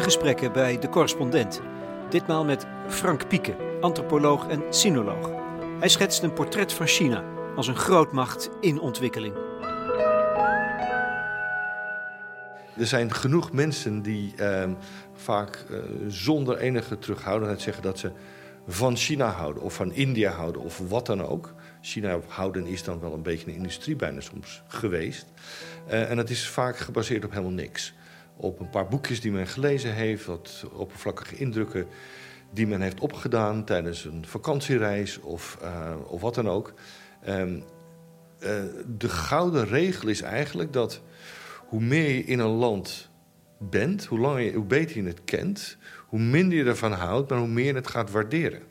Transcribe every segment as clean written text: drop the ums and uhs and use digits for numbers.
gesprekken bij De Correspondent. Ditmaal met Frank Pieke, antropoloog en sinoloog. Hij schetst een portret van China als een grootmacht in ontwikkeling. Er zijn genoeg mensen die vaak zonder enige terughoudendheid zeggen dat ze van China houden of van India houden of wat dan ook. China houden is dan wel een beetje een industrie bijna soms geweest. En dat is vaak gebaseerd op helemaal niks. Op een paar boekjes die men gelezen heeft, wat oppervlakkige indrukken die men heeft opgedaan tijdens een vakantiereis of wat dan ook. De gouden regel is eigenlijk dat hoe meer je in een land bent, hoe beter je het kent, hoe minder je ervan houdt, maar hoe meer je het gaat waarderen.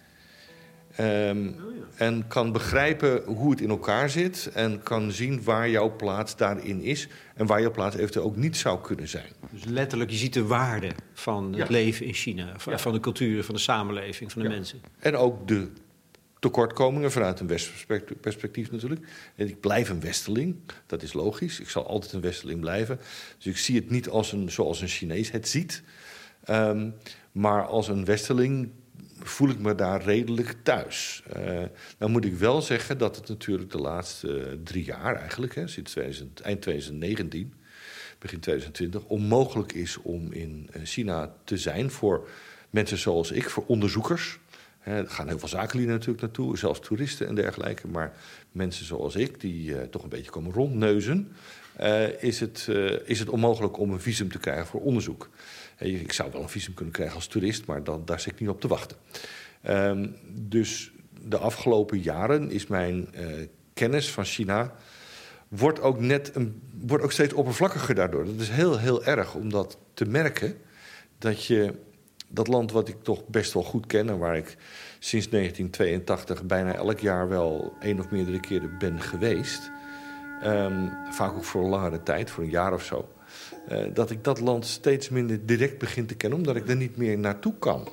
En kan begrijpen hoe het in elkaar zit en kan zien waar jouw plaats daarin is en waar jouw plaats eventueel ook niet zou kunnen zijn. Dus letterlijk, je ziet de waarde van het leven in China, van de cultuur, van de samenleving, van de mensen. En ook de tekortkomingen vanuit een westers perspectief natuurlijk. En ik blijf een westerling, dat is logisch. Ik zal altijd een westerling blijven. Dus ik zie het niet zoals een Chinees het ziet. Maar als een westerling voel ik me daar redelijk thuis. Dan moet ik wel zeggen dat het natuurlijk de laatste 3 jaar eigenlijk, sinds eind 2019, begin 2020, onmogelijk is om in China te zijn voor mensen zoals ik, voor onderzoekers. Er gaan heel veel zakenlieden natuurlijk naartoe, zelfs toeristen en dergelijke. Maar mensen zoals ik, die toch een beetje komen rondneuzen, is het onmogelijk om een visum te krijgen voor onderzoek. Ik zou wel een visum kunnen krijgen als toerist, maar daar zit ik niet op te wachten. Dus de afgelopen jaren is mijn kennis van China wordt ook steeds oppervlakkiger daardoor. Dat is heel, heel erg om dat te merken, dat je dat land wat ik toch best wel goed ken en waar ik sinds 1982 bijna elk jaar wel 1 of meerdere keren ben geweest, vaak ook voor een langere tijd, voor een jaar of zo, dat ik dat land steeds minder direct begin te kennen, omdat ik er niet meer naartoe kan.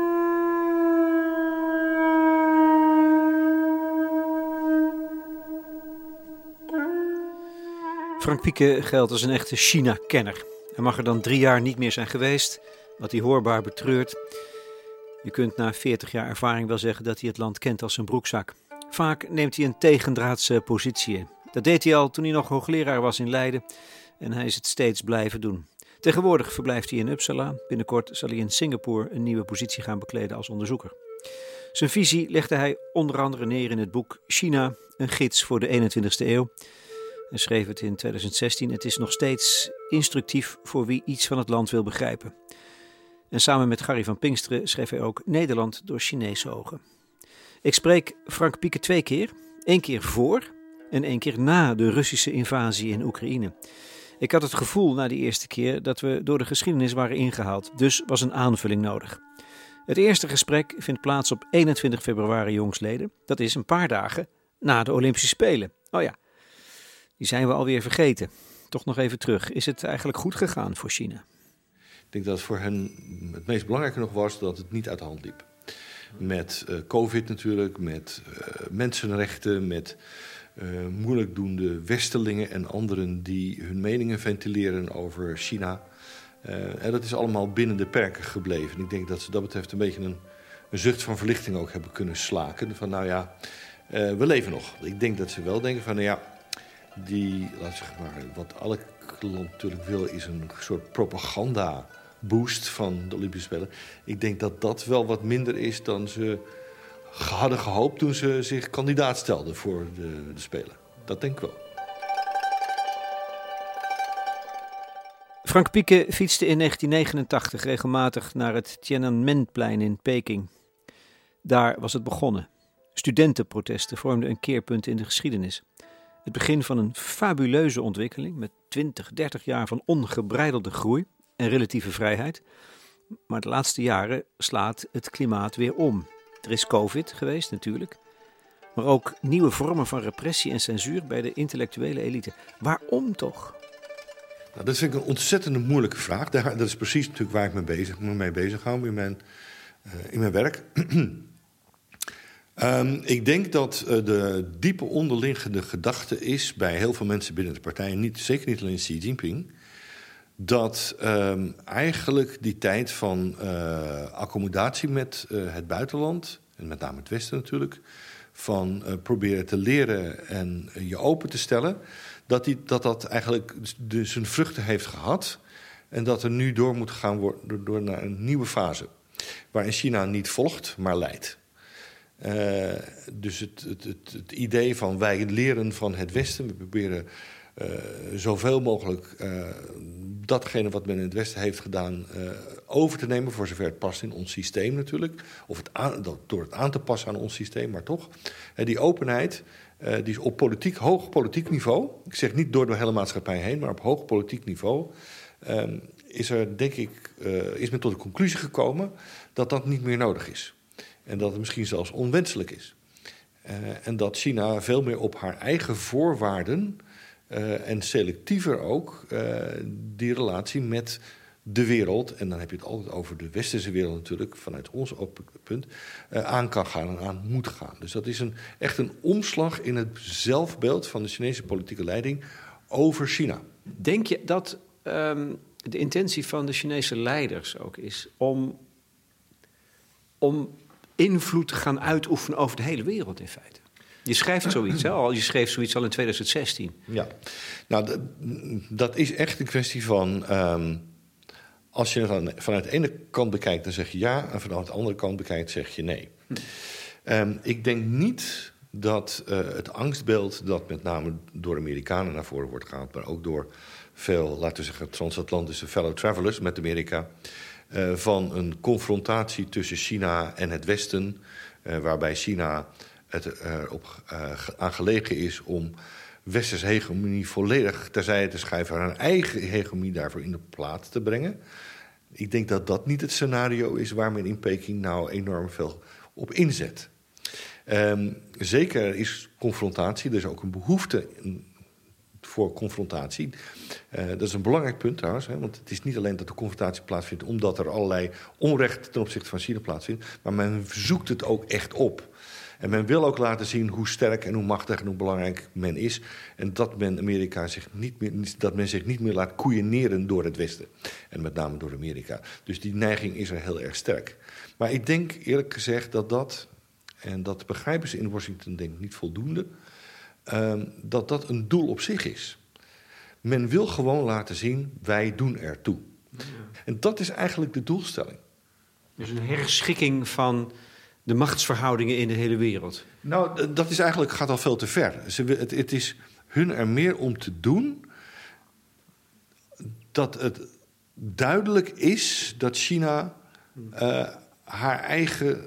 Frank Pieke geldt als een echte China-kenner. Hij mag er dan 3 jaar niet meer zijn geweest, wat hij hoorbaar betreurt. Je kunt na 40 jaar ervaring wel zeggen dat hij het land kent als zijn broekzak. Vaak neemt hij een tegendraadse positie in. Dat deed hij al toen hij nog hoogleraar was in Leiden en hij is het steeds blijven doen. Tegenwoordig verblijft hij in Uppsala. Binnenkort zal hij in Singapore een nieuwe positie gaan bekleden als onderzoeker. Zijn visie legde hij onder andere neer in het boek China, een gids voor de 21ste eeuw. Hij schreef het in 2016. Het is nog steeds instructief voor wie iets van het land wil begrijpen. En samen met Gary van Pinksteren schreef hij ook Nederland door Chinese ogen. Ik spreek Frank Pieke 2 keer. 1 keer voor en 1 keer na de Russische invasie in Oekraïne. Ik had het gevoel na die eerste keer dat we door de geschiedenis waren ingehaald. Dus was een aanvulling nodig. Het eerste gesprek vindt plaats op 21 februari jongstleden. Dat is een paar dagen na de Olympische Spelen. Oh ja, die zijn we alweer vergeten. Toch nog even terug. Is het eigenlijk goed gegaan voor China? Ik denk dat het voor hen het meest belangrijke nog was dat het niet uit de hand liep. Met COVID natuurlijk, met mensenrechten, met moeilijkdoende westerlingen en anderen die hun meningen ventileren over China. En dat is allemaal binnen de perken gebleven. En ik denk dat ze dat betreft een beetje een zucht van verlichting ook hebben kunnen slaken. Van nou ja, we leven nog. Ik denk dat ze wel denken van nou ja, wat elk land natuurlijk wil is een soort propaganda boost van de Olympische Spelen. Ik denk dat dat wel wat minder is dan ze hadden gehoopt toen ze zich kandidaat stelden voor de Spelen. Dat denk ik wel. Frank Pieke fietste in 1989 regelmatig naar het Tiananmenplein in Peking. Daar was het begonnen. Studentenprotesten vormden een keerpunt in de geschiedenis. Het begin van een fabuleuze ontwikkeling met 20, 30 jaar van ongebreidelde groei en relatieve vrijheid. Maar de laatste jaren slaat het klimaat weer om. Er is COVID geweest natuurlijk, maar ook nieuwe vormen van repressie en censuur bij de intellectuele elite. Waarom toch? Nou, dat vind ik een ontzettend moeilijke vraag. Dat is precies natuurlijk waar ik me mee bezig hou in mijn werk. Ik denk dat de diepe onderliggende gedachte is bij heel veel mensen binnen de partij, zeker niet alleen Xi Jinping, dat eigenlijk die tijd van accommodatie met het buitenland, en met name het Westen natuurlijk, van proberen te leren en je open te stellen, dat eigenlijk zijn vruchten heeft gehad en dat er nu door moet gaan worden door naar een nieuwe fase, waarin China niet volgt, maar leidt. Dus het idee van wij leren van het Westen, we proberen zoveel mogelijk datgene wat men in het Westen heeft gedaan over te nemen, voor zover het past in ons systeem natuurlijk. Of door het aan te passen aan ons systeem, maar toch. Die openheid, die is op hoog politiek niveau. Ik zeg niet door de hele maatschappij heen, maar op hoog politiek niveau is men tot de conclusie gekomen dat dat niet meer nodig is. En dat het misschien zelfs onwenselijk is. En dat China veel meer op haar eigen voorwaarden en selectiever ook die relatie met de wereld, en dan heb je het altijd over de westerse wereld natuurlijk, vanuit ons punt, aan kan gaan en aan moet gaan. Dus dat is echt een omslag in het zelfbeeld van de Chinese politieke leiding over China. Denk je dat de intentie van de Chinese leiders ook is om invloed te gaan uitoefenen over de hele wereld in feite? Je schrijft zoiets, hè? Je schreef zoiets al in 2016. Ja, nou, dat is echt een kwestie van als je het vanuit de ene kant bekijkt, dan zeg je ja, en vanuit de andere kant bekijkt, zeg je nee. Ik denk niet dat het angstbeeld dat met name door Amerikanen naar voren wordt gehaald, maar ook door veel, laten we zeggen, transatlantische fellow travelers met Amerika, van een confrontatie tussen China en het Westen, waarbij China het erop aan gelegen is om westerse hegemonie volledig terzijde te schuiven en haar eigen hegemonie daarvoor in de plaats te brengen. Ik denk dat dat niet het scenario is waar men in Peking nou enorm veel op inzet. Zeker is confrontatie, er is ook een behoefte voor confrontatie. Dat is een belangrijk punt trouwens, hè, want het is niet alleen dat de confrontatie plaatsvindt omdat er allerlei onrecht ten opzichte van China plaatsvindt, maar men zoekt het ook echt op. En men wil ook laten zien hoe sterk en hoe machtig en hoe belangrijk men is. En dat men zich niet meer laat koeieneren door het Westen. En met name door Amerika. Dus die neiging is er heel erg sterk. Maar ik denk eerlijk gezegd en dat begrijpen ze in Washington denk ik niet voldoende, dat een doel op zich is. Men wil gewoon laten zien, wij doen ertoe. Ja. En dat is eigenlijk de doelstelling. Dus een herschikking van de machtsverhoudingen in de hele wereld. Nou, dat is eigenlijk, gaat al veel te ver. Het is hun er meer om te doen dat het duidelijk is dat China haar eigen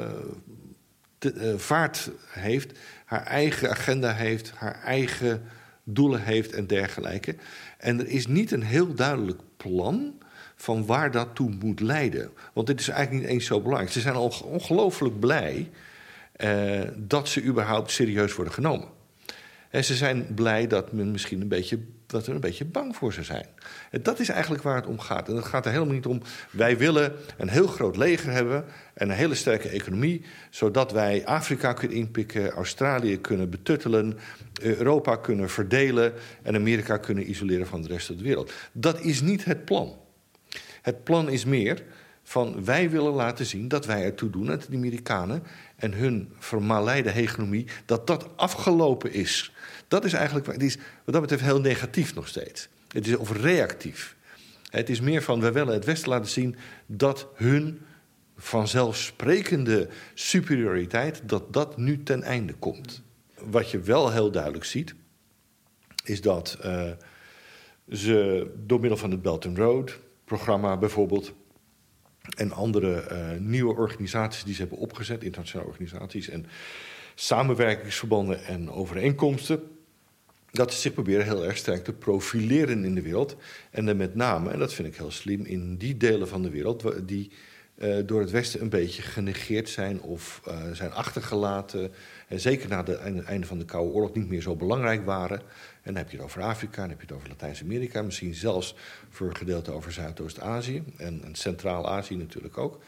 vaart heeft, haar eigen agenda heeft, haar eigen doelen heeft en dergelijke. En er is niet een heel duidelijk plan van waar dat toe moet leiden. Want dit is eigenlijk niet eens zo belangrijk. Ze zijn al ongelooflijk blij dat ze überhaupt serieus worden genomen. En ze zijn blij dat men misschien dat er een beetje bang voor ze zijn. En dat is eigenlijk waar het om gaat. En het gaat er helemaal niet om, wij willen een heel groot leger hebben en een hele sterke economie, zodat wij Afrika kunnen inpikken, Australië kunnen betuttelen, Europa kunnen verdelen en Amerika kunnen isoleren van de rest van de wereld. Dat is niet het plan. Het plan is meer van wij willen laten zien dat wij ertoe doen, dat de Amerikanen en hun vermaleide hegemonie, dat afgelopen is. Dat is eigenlijk, het is wat dat betreft heel negatief nog steeds. Het is of reactief. Het is meer van wij willen het Westen laten zien dat hun vanzelfsprekende superioriteit, dat nu ten einde komt. Wat je wel heel duidelijk ziet, is dat ze door middel van het Belt and Road programma bijvoorbeeld en andere nieuwe organisaties die ze hebben opgezet, internationale organisaties en samenwerkingsverbanden en overeenkomsten, dat ze zich proberen heel erg sterk te profileren in de wereld. En dan met name, en dat vind ik heel slim, in die delen van de wereld die door het Westen een beetje genegeerd zijn of zijn achtergelaten. En zeker na het einde van de Koude Oorlog niet meer zo belangrijk waren. En dan heb je het over Afrika, dan heb je het over Latijns-Amerika, misschien zelfs voor gedeelte over Zuidoost-Azië en Centraal-Azië natuurlijk ook.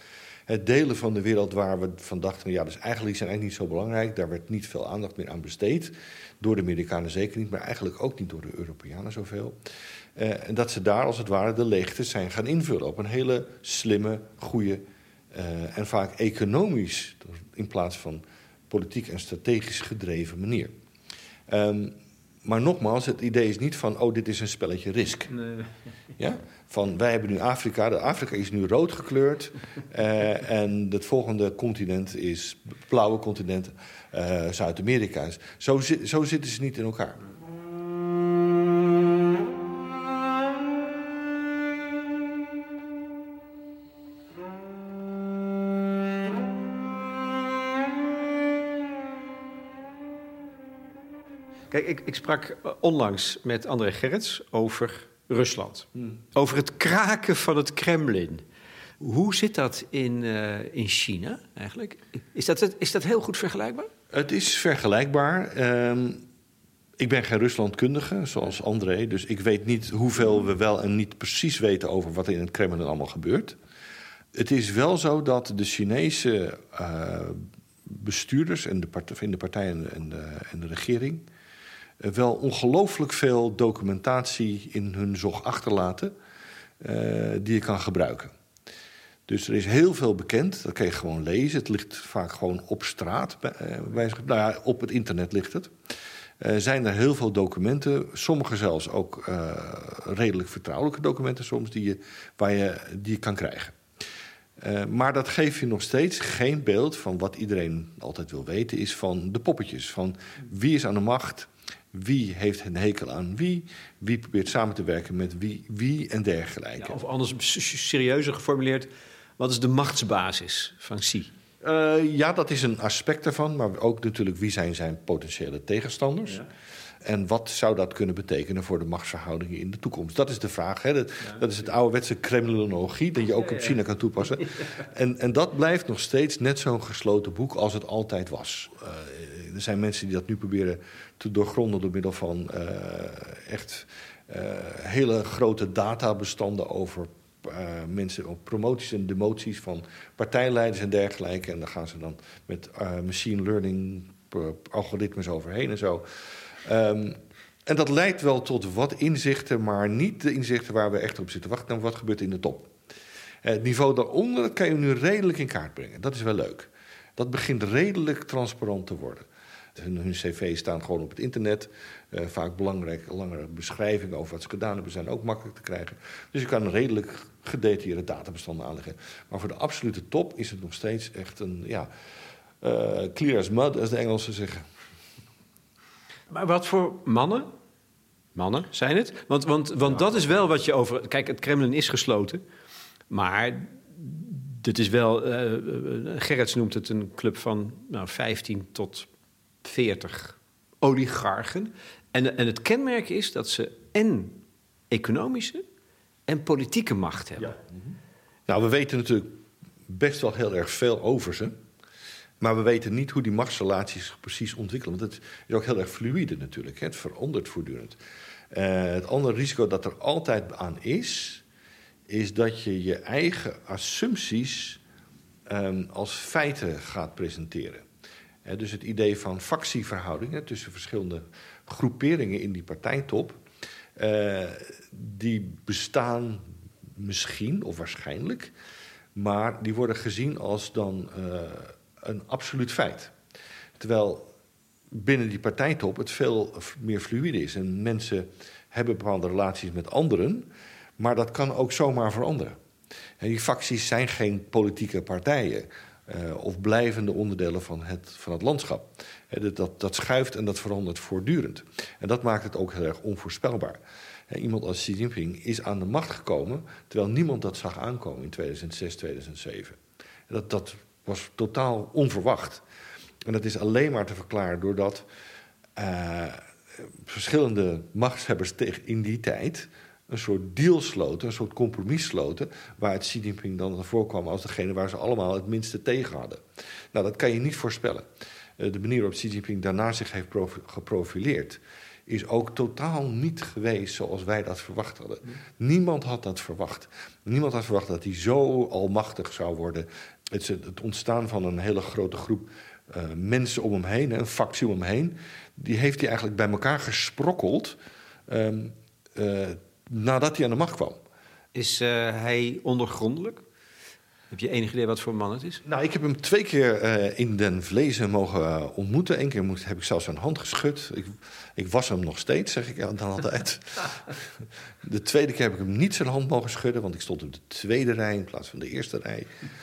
Het delen van de wereld waar we van dachten, ja, dus eigenlijk zijn eigenlijk niet zo belangrijk. Daar werd niet veel aandacht meer aan besteed. Door de Amerikanen zeker niet, maar eigenlijk ook niet door de Europeanen zoveel. En dat ze daar als het ware de leegte zijn gaan invullen op een hele slimme, goede en vaak economisch in plaats van politiek en strategisch gedreven manier. Maar nogmaals, het idee is niet van, dit is een spelletje Risk. Nee. Ja? Van, wij hebben nu Afrika, Afrika is nu rood gekleurd. En het volgende continent is, het blauwe continent, Zuid-Amerika. Zo zitten ze niet in elkaar. Kijk, ik sprak onlangs met André Gerrits over Rusland. Over het kraken van het Kremlin. Hoe zit dat in China eigenlijk? Is dat heel goed vergelijkbaar? Het is vergelijkbaar. Ik ben geen Ruslandkundige, zoals André. Dus ik weet niet hoeveel we wel en niet precies weten over wat er in het Kremlin allemaal gebeurt. Het is wel zo dat de Chinese bestuurders en de partijen en de regering wel ongelooflijk veel documentatie in hun zog achterlaten die je kan gebruiken. Dus er is heel veel bekend, dat kan je gewoon lezen. Het ligt vaak gewoon op straat, op het internet ligt het. Zijn er heel veel documenten, sommige zelfs ook redelijk vertrouwelijke documenten soms die je kan krijgen. Maar dat geeft je nog steeds geen beeld van wat iedereen altijd wil weten, is van de poppetjes. Van wie is aan de macht, wie heeft een hekel aan wie probeert samen te werken met wie en dergelijke. Ja, of anders serieuzer geformuleerd, wat is de machtsbasis van Xi? Ja, dat is een aspect daarvan, maar ook natuurlijk wie zijn zijn potentiële tegenstanders. Ja. En wat zou dat kunnen betekenen voor de machtsverhoudingen in de toekomst? Dat is de vraag. Hè? Dat is het ouderwetse kremlinologie, dat je ook op China kan toepassen. En dat blijft nog steeds net zo'n gesloten boek als het altijd was. Er zijn mensen die dat nu proberen te doorgronden door middel van hele grote databestanden over mensen op promoties en demoties van partijleiders en dergelijke. En daar gaan ze dan met machine learning algoritmes overheen en zo. En dat leidt wel tot wat inzichten, maar niet de inzichten waar we echt op zitten wachten. Nou, wat gebeurt in de top? Het niveau daaronder, dat kan je nu redelijk in kaart brengen. Dat is wel leuk. Dat begint redelijk transparant te worden. Hun cv's staan gewoon op het internet. Vaak belangrijke, langere beschrijvingen over wat ze gedaan hebben zijn ook makkelijk te krijgen. Dus je kan een redelijk gedetailleerde databestanden aanleggen. Maar voor de absolute top is het nog steeds echt een clear as mud, als de Engelsen zeggen. Maar wat voor mannen zijn het? Want dat is wel wat je over... Kijk, het Kremlin is gesloten. Maar dit is wel... Gerrits noemt het een club van 15 tot 40 oligarchen. En het kenmerk is dat ze en economische en politieke macht hebben. Ja. Nou, we weten natuurlijk best wel heel erg veel over ze. Maar we weten niet hoe die machtsrelaties precies ontwikkelen. Want het is ook heel erg fluïde natuurlijk. Hè? Het verandert voortdurend. Het andere risico dat er altijd aan is dat je je eigen assumpties als feiten gaat presenteren. Dus het idee van factieverhoudingen tussen verschillende groeperingen in die partijtop, die bestaan misschien of waarschijnlijk, maar die worden gezien als dan een absoluut feit. Terwijl binnen die partijtop het veel meer fluïde is. En mensen hebben bepaalde relaties met anderen, maar dat kan ook zomaar veranderen. En die facties zijn geen politieke partijen of blijvende onderdelen van het landschap. Dat schuift en dat verandert voortdurend. En dat maakt het ook heel erg onvoorspelbaar. Iemand als Xi Jinping is aan de macht gekomen terwijl niemand dat zag aankomen in 2006, 2007. En dat was totaal onverwacht. En dat is alleen maar te verklaren doordat verschillende machtshebbers in die tijd een soort deal sloten, een soort compromis sloten, waar het Xi Jinping dan voorkwam als degene waar ze allemaal het minste tegen hadden. Nou, dat kan je niet voorspellen. De manier waarop Xi Jinping daarna zich heeft geprofileerd is ook totaal niet geweest zoals wij dat verwacht hadden. Niemand had dat verwacht. Niemand had verwacht dat hij zo almachtig zou worden. Het ontstaan van een hele grote groep mensen om hem heen, een factie om hem heen, die heeft hij eigenlijk bij elkaar gesprokkeld nadat hij aan de macht kwam. Is hij ondergrondelijk? Heb je enig idee wat voor man het is? Nou, ik heb hem 2 keer in den Vlezen mogen ontmoeten. 1 keer heb ik zelfs zijn hand geschud. Ik was hem nog steeds, zeg ik dan altijd. De 2e keer heb ik hem niet zijn hand mogen schudden, want ik stond op de 2e rij in plaats van de 1e rij.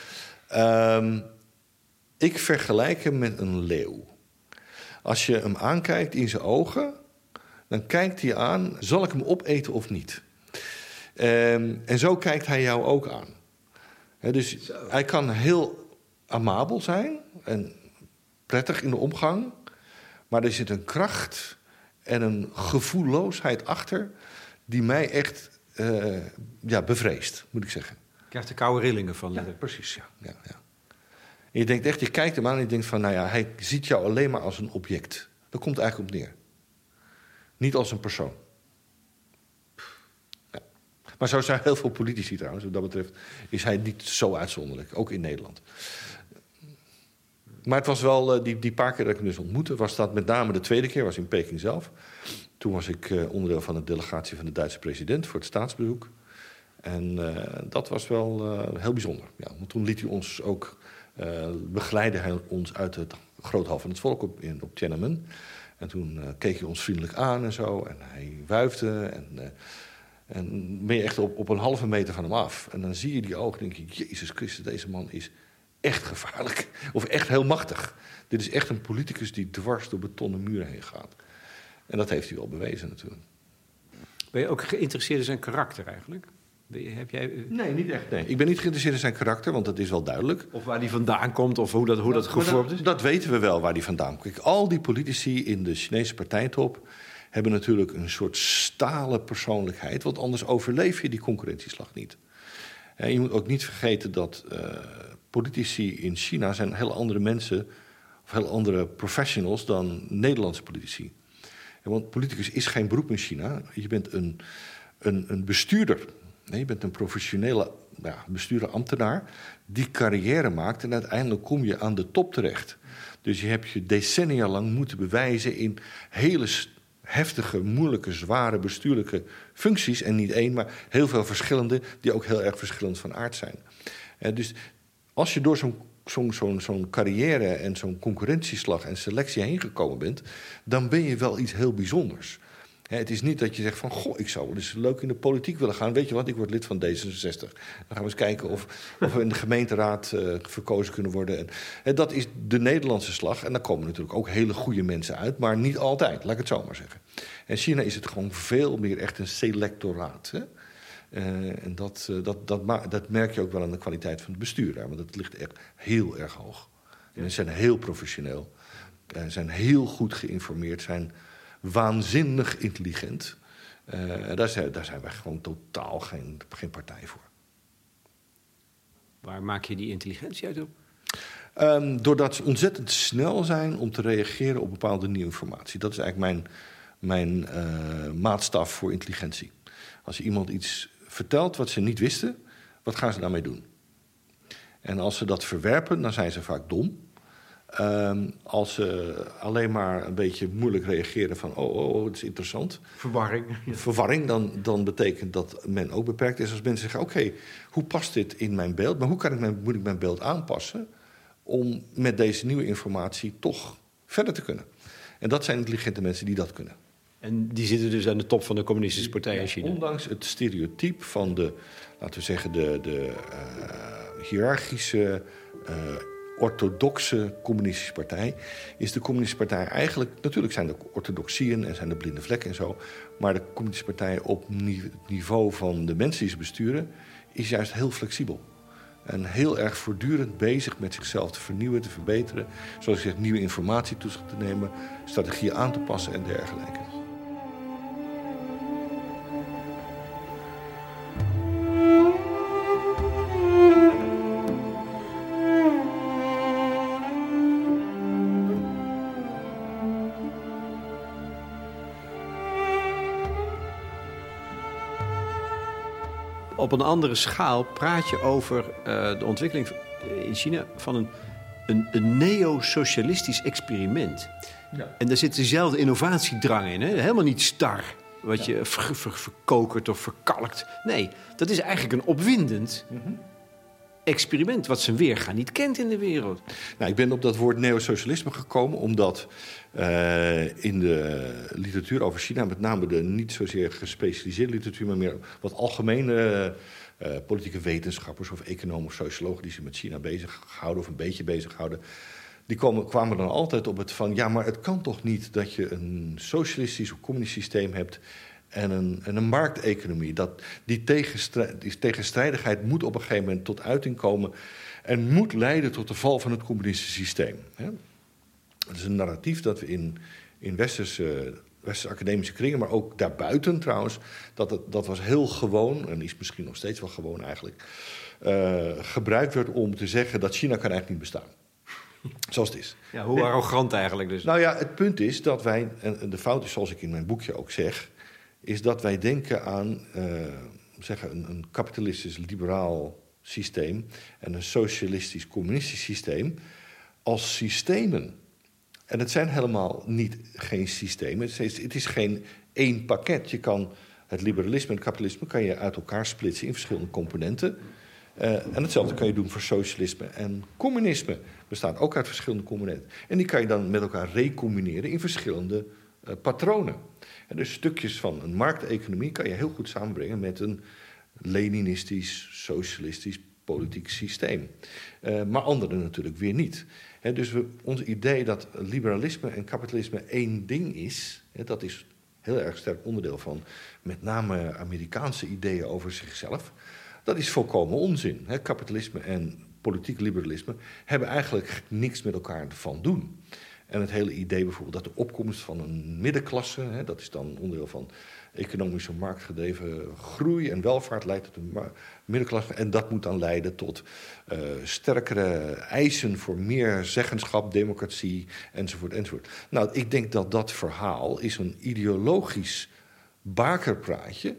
Ik vergelijk hem met een leeuw. Als je hem aankijkt in zijn ogen, dan kijkt hij aan, zal ik hem opeten of niet? En zo kijkt hij jou ook aan. Dus hij kan heel amabel zijn en prettig in de omgang, maar er zit een kracht en een gevoelloosheid achter die mij echt bevreest, moet ik zeggen. Je krijgt er koude rillingen van. Ja, precies, ja. En je denkt echt, je kijkt hem aan en je denkt van, nou ja, hij ziet jou alleen maar als een object. Daar komt het eigenlijk op neer. Niet als een persoon. Ja. Maar zo zijn heel veel politici trouwens. Wat dat betreft is hij niet zo uitzonderlijk, ook in Nederland. Maar het was wel, die paar keer dat ik hem dus ontmoette, was dat met name de 2e keer, was in Peking zelf. Toen was ik onderdeel van de delegatie van de Duitse president voor het staatsbezoek. En dat was wel heel bijzonder. Ja, want toen liet hij ons ook, begeleidde hij ons uit het Groothal van het Volk op Tiananmen. En toen keek hij ons vriendelijk aan en zo. En hij wuifde. En ben je echt op een halve meter van hem af. En dan zie je die ogen en denk je, Jezus Christus, deze man is echt gevaarlijk. Of echt heel machtig. Dit is echt een politicus die dwars door betonnen muren heen gaat. En dat heeft hij wel bewezen natuurlijk. Ben je ook geïnteresseerd in zijn karakter eigenlijk? Nee, niet echt. Nee. Ik ben niet geïnteresseerd in zijn karakter, want dat is wel duidelijk. Of waar hij vandaan komt, of hoe dat gevormd is? Dat weten we wel, waar hij vandaan komt. Kijk, al die politici in de Chinese partijtop hebben natuurlijk een soort stalen persoonlijkheid, want anders overleef je die concurrentieslag niet. En je moet ook niet vergeten dat politici in China zijn heel andere mensen, of heel andere professionals dan Nederlandse politici. Want politicus is geen beroep in China. Je bent een bestuurder. Nee, je bent een professionele bestuurder, ambtenaar, die carrière maakt en uiteindelijk kom je aan de top terecht. Dus je hebt je decennia lang moeten bewijzen in hele heftige, moeilijke, zware bestuurlijke functies. En niet één, maar heel veel verschillende, die ook heel erg verschillend van aard zijn. Dus als je door zo'n carrière en zo'n concurrentieslag en selectie heen gekomen bent, dan ben je wel iets heel bijzonders. Het is niet dat je zegt van, goh, ik zou wel eens leuk in de politiek willen gaan. Weet je wat, ik word lid van D66. Dan gaan we eens kijken of we in de gemeenteraad verkozen kunnen worden. En dat is de Nederlandse slag. En daar komen natuurlijk ook hele goede mensen uit. Maar niet altijd, laat ik het zo maar zeggen. In China is het gewoon veel meer echt een selectoraat. Hè? En dat merk je ook wel aan de kwaliteit van het bestuur daar. Want dat ligt echt heel erg hoog. En ze zijn heel professioneel. Zijn heel goed geïnformeerd, zijn waanzinnig intelligent. Daar zijn wij gewoon totaal geen partij voor. Waar maak je die intelligentie uit op? Doordat ze ontzettend snel zijn om te reageren op bepaalde nieuwe informatie. Dat is eigenlijk mijn maatstaf voor intelligentie. Als je iemand iets vertelt wat ze niet wisten, wat gaan ze daarmee doen? En als ze dat verwerpen, dan zijn ze vaak dom. Als ze alleen maar een beetje moeilijk reageren van, oh, dat is interessant. Verwarring, dan betekent dat men ook beperkt is. Als mensen zeggen, oké, hoe past dit in mijn beeld? Maar moet ik mijn beeld aanpassen om met deze nieuwe informatie toch verder te kunnen? En dat zijn intelligente mensen die dat kunnen. En die zitten dus aan de top van de communistische partij in China? Ondanks het stereotype van de, laten we zeggen, de hiërarchische, orthodoxe communistische partij, is de communistische partij eigenlijk, natuurlijk zijn er orthodoxieën en zijn er blinde vlekken en zo, maar de communistische partij op het niveau van de mensen die ze besturen is juist heel flexibel. En heel erg voortdurend bezig met zichzelf te vernieuwen, te verbeteren. Zoals ik zeg, nieuwe informatie toe te nemen, strategieën aan te passen en dergelijke. op een andere schaal praat je over de ontwikkeling in China van een neo-socialistisch experiment. Ja. En daar zit dezelfde innovatiedrang in. Hè? Helemaal niet star, wat je verkokert of verkalkt. Nee, dat is eigenlijk een opwindend experiment wat zijn weerga niet kent in de wereld. Nou, ik ben op dat woord neosocialisme gekomen omdat in de literatuur over China, met name de niet zozeer gespecialiseerde literatuur, maar meer wat algemene politieke wetenschappers of economen of sociologen die zich met China bezighouden of een beetje bezighouden, die kwamen dan altijd op het van, ja, maar het kan toch niet dat je een socialistisch of communistisch systeem hebt en een markteconomie. Die tegenstrijdigheid moet op een gegeven moment tot uiting komen en moet leiden tot de val van het communistische systeem. Het is een narratief dat we in westerse academische kringen, maar ook daarbuiten trouwens, dat was heel gewoon, en is misschien nog steeds wel gewoon eigenlijk, gebruikt werd om te zeggen dat China kan eigenlijk niet bestaan. Zoals het is. Ja, hoe arrogant eigenlijk dus. Nou ja, het punt is dat wij, en de fout is zoals ik in mijn boekje ook zeg, is dat wij denken aan een kapitalistisch liberaal systeem en een socialistisch communistisch systeem als systemen. En het zijn helemaal geen systemen. Het is geen één pakket. Je kan het liberalisme en het kapitalisme kan je uit elkaar splitsen in verschillende componenten. En hetzelfde kan je doen voor socialisme en communisme. Bestaat ook uit verschillende componenten. En die kan je dan met elkaar recombineren in verschillende patronen. En dus stukjes van een markteconomie kan je heel goed samenbrengen met een leninistisch, socialistisch, politiek systeem. Maar andere natuurlijk weer niet. Dus ons idee dat liberalisme en kapitalisme één ding is, dat is heel erg sterk onderdeel van met name Amerikaanse ideeën over zichzelf. Dat is volkomen onzin. Kapitalisme en politiek liberalisme hebben eigenlijk niks met elkaar van doen. En het hele idee bijvoorbeeld dat de opkomst van een middenklasse, dat is dan onderdeel van economische marktgedreven groei en welvaart, leidt tot een middenklasse. En dat moet dan leiden tot sterkere eisen voor meer zeggenschap, democratie, enzovoort, enzovoort. Nou, ik denk dat dat verhaal is een ideologisch bakerpraatje,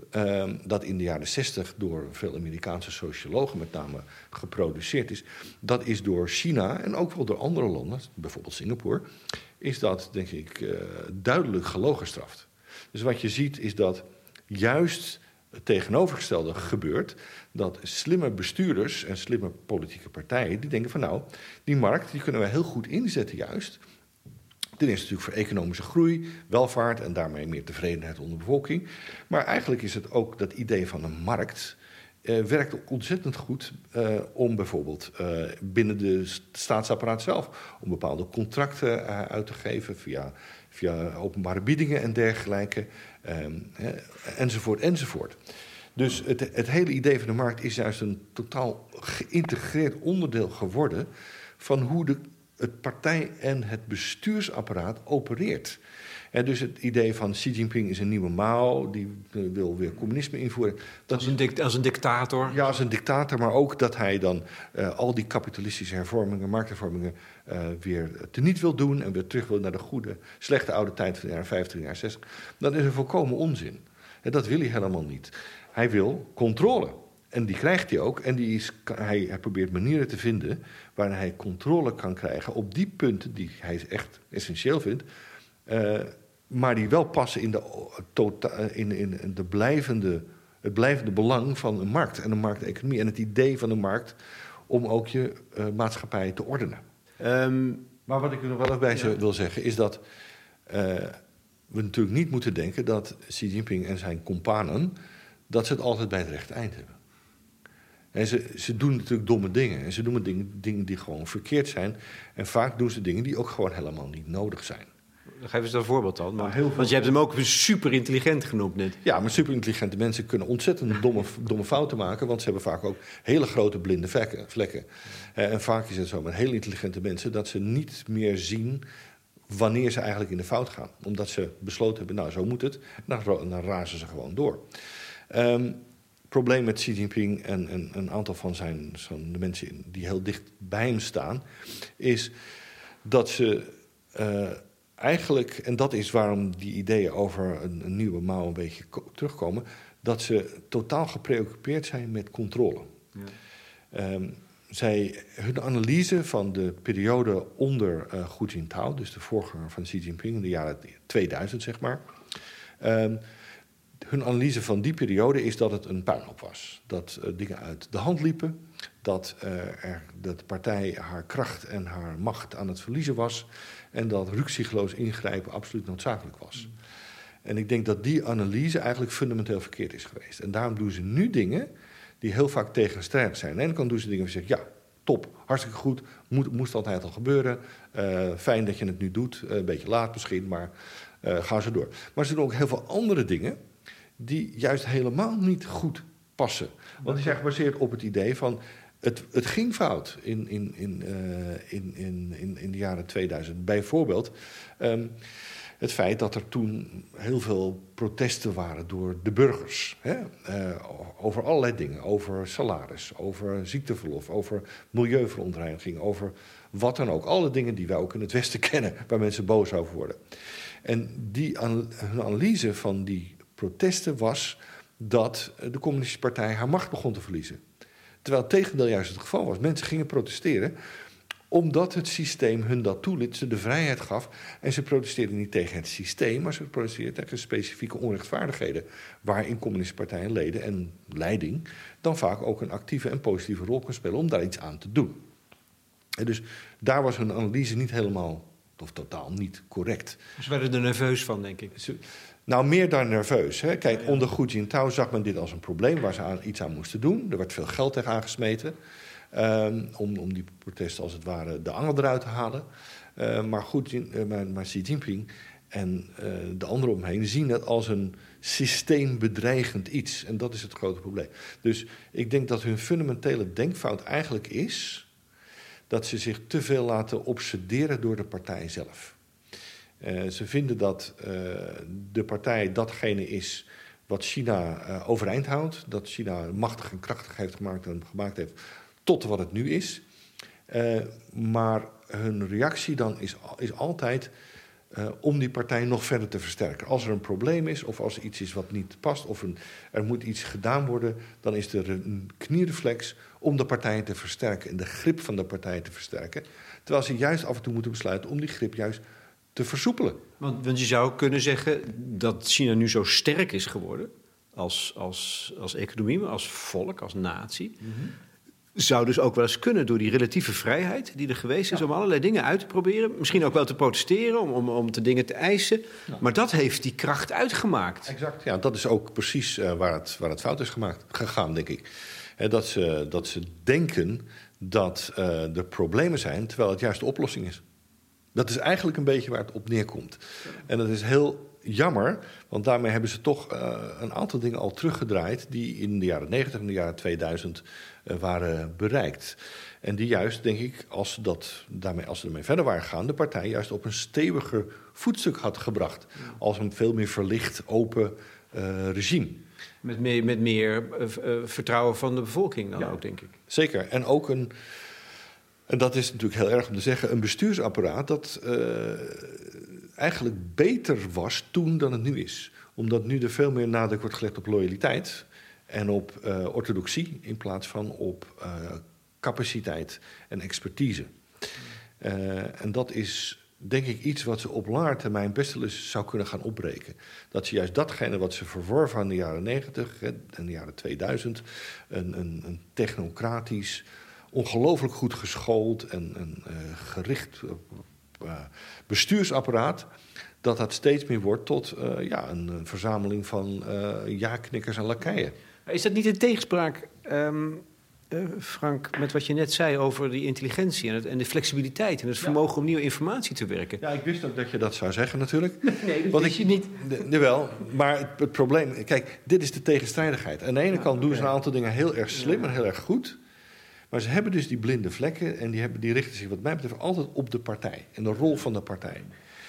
dat in de jaren 60 door veel Amerikaanse sociologen met name geproduceerd is. Dat is door China en ook wel door andere landen, bijvoorbeeld Singapore, is dat, denk ik, duidelijk gelogenstraft. Dus wat je ziet is dat juist het tegenovergestelde gebeurt, dat slimme bestuurders en slimme politieke partijen, die denken van nou, die markt die kunnen we heel goed inzetten juist. Ten eerste natuurlijk voor economische groei, welvaart en daarmee meer tevredenheid onder de bevolking. Maar eigenlijk is het ook dat idee van een markt werkt ook ontzettend goed om bijvoorbeeld binnen de staatsapparaat zelf om bepaalde contracten uit te geven via openbare biedingen en dergelijke, enzovoort, enzovoort. Dus het hele idee van de markt is juist een totaal geïntegreerd onderdeel geworden van hoe het partij- en het bestuursapparaat opereert. En dus het idee van Xi Jinping is een nieuwe Mao, die wil weer communisme invoeren. Als een dictator? Ja, als een dictator, maar ook dat hij dan al die kapitalistische hervormingen, markthervormingen weer teniet wil doen en weer terug wil naar de slechte oude tijd van de jaren 50 en jaren 60. Dat is een volkomen onzin. En dat wil hij helemaal niet. Hij wil controle. En die krijgt hij ook. En hij probeert manieren te vinden waar hij controle kan krijgen op die punten die hij echt essentieel vindt. Maar die wel passen in het blijvende belang van een markt en een markteconomie. En het idee van een markt om ook je maatschappij te ordenen. Maar wat ik er nog wel even bij wil zeggen is dat we natuurlijk niet moeten denken dat Xi Jinping en zijn companen dat ze het altijd bij het rechte eind hebben. En ze doen natuurlijk domme dingen. En ze doen dingen die gewoon verkeerd zijn. En vaak doen ze dingen die ook gewoon helemaal niet nodig zijn. Geef eens een voorbeeld dan. Want je hebt hem ook super intelligent genoemd net. Ja, maar super intelligente mensen kunnen ontzettend domme fouten maken. Want ze hebben vaak ook hele grote blinde vlekken. En vaak is het zo met hele intelligente mensen dat ze niet meer zien wanneer ze eigenlijk in de fout gaan. Omdat ze besloten hebben, nou zo moet het. Dan razen ze gewoon door. Het probleem met Xi Jinping en een aantal van de mensen die heel dicht bij hem staan, is dat ze eigenlijk, en dat is waarom die ideeën over een nieuwe Mao een beetje terugkomen, dat ze totaal gepreoccupeerd zijn met controle. Ja. Hun analyse van de periode onder Hu Jintao, dus de voorganger van Xi Jinping in de jaren 2000, zeg maar. Hun analyse van die periode is dat het een puinhoop was. Dat dingen uit de hand liepen, dat de partij haar kracht en haar macht aan het verliezen was en dat ruksigloos ingrijpen absoluut noodzakelijk was. En ik denk dat die analyse eigenlijk fundamenteel verkeerd is geweest. En daarom doen ze nu dingen die heel vaak tegenstrijdig zijn. Aan de ene kant doen ze dingen waar ze zeggen, ja, top, hartstikke goed, moest altijd al gebeuren. Fijn dat je het nu doet, een beetje laat misschien, maar gaan ze door. Maar ze doen ook heel veel andere dingen die juist helemaal niet goed passen. Want die zijn gebaseerd op het idee van, het ging fout in de jaren 2000. Bijvoorbeeld het feit dat er toen heel veel protesten waren door de burgers. Over allerlei dingen. Over salaris, over ziekteverlof, over milieuverontreiniging, over wat dan ook. Alle dingen die wij ook in het Westen kennen, waar mensen boos over worden. En hun analyse van die protesten was dat de Communistische Partij haar macht begon te verliezen. Terwijl het tegendeel juist het geval was. Mensen gingen protesteren omdat het systeem hun dat toeliet, ze de vrijheid gaf. En ze protesteerden niet tegen het systeem, maar ze protesteerden tegen specifieke onrechtvaardigheden, waarin communistische partijen, leden en leiding dan vaak ook een actieve en positieve rol kunnen spelen om daar iets aan te doen. En dus daar was hun analyse niet helemaal of totaal niet correct. Ze werden er nerveus van, denk ik. Nou, meer dan nerveus. Hè. Kijk, onder Hu Jintao zag men dit als een probleem waar ze iets aan moesten doen. Er werd veel geld tegen aangesmeten om die protesten als het ware de angel eruit te halen. Maar Xi Jinping en de anderen omheen zien het als een systeembedreigend iets. En dat is het grote probleem. Dus ik denk dat hun fundamentele denkfout eigenlijk is dat ze zich te veel laten obsederen door de partij zelf. Ze vinden dat de partij datgene is wat China overeind houdt. Dat China machtig en krachtig heeft gemaakt heeft tot wat het nu is. Maar hun reactie dan is altijd om die partij nog verder te versterken. Als er een probleem is of als er iets is wat niet past of er moet iets gedaan worden, dan is er een kniereflex om de partij te versterken en de grip van de partij te versterken. Terwijl ze juist af en toe moeten besluiten om die grip juist te versoepelen. Want je zou kunnen zeggen dat China nu zo sterk is geworden als economie, maar als volk, als natie. Mm-hmm. Zou dus ook wel eens kunnen door die relatieve vrijheid die er geweest is om allerlei dingen uit te proberen. Misschien ook wel te protesteren, om de dingen te eisen. Ja. Maar dat heeft die kracht uitgemaakt. Exact, ja, dat is ook precies waar het fout is gegaan, denk ik. Dat ze denken dat er problemen zijn, terwijl het juist de oplossing is. Dat is eigenlijk een beetje waar het op neerkomt. En dat is heel jammer, want daarmee hebben ze toch een aantal dingen al teruggedraaid die in de jaren 90 en de jaren 2000 waren bereikt. En die juist, denk ik, als ze ermee verder waren gegaan, de partij juist op een steviger voetstuk had gebracht. Als een veel meer verlicht, open regime. Met meer vertrouwen van de bevolking dan ook, denk ik. Zeker. En ook en dat is natuurlijk heel erg om te zeggen, een bestuursapparaat dat eigenlijk beter was toen dan het nu is. Omdat nu er veel meer nadruk wordt gelegd op loyaliteit en op orthodoxie in plaats van op capaciteit en expertise. En dat is, denk ik, iets wat ze op lange termijn best wel eens zou kunnen gaan opbreken. Dat ze juist datgene wat ze verworven in de jaren 90 en de jaren 2000, een technocratisch, ongelooflijk goed geschoold en gericht bestuursapparaat, dat steeds meer wordt tot een verzameling van ja-knikkers en lakeien. Is dat niet in tegenspraak, Frank, met wat je net zei over die intelligentie en de flexibiliteit en het vermogen om nieuwe informatie te werken? Ja, ik wist ook dat je dat zou zeggen natuurlijk. Nee, dat wist je niet. Jawel, maar het probleem, kijk, dit is de tegenstrijdigheid. Aan de ene kant doen ze een aantal dingen heel erg slim en heel erg goed. Maar ze hebben dus die blinde vlekken en die richten zich wat mij betreft altijd op de partij en de rol van de partij.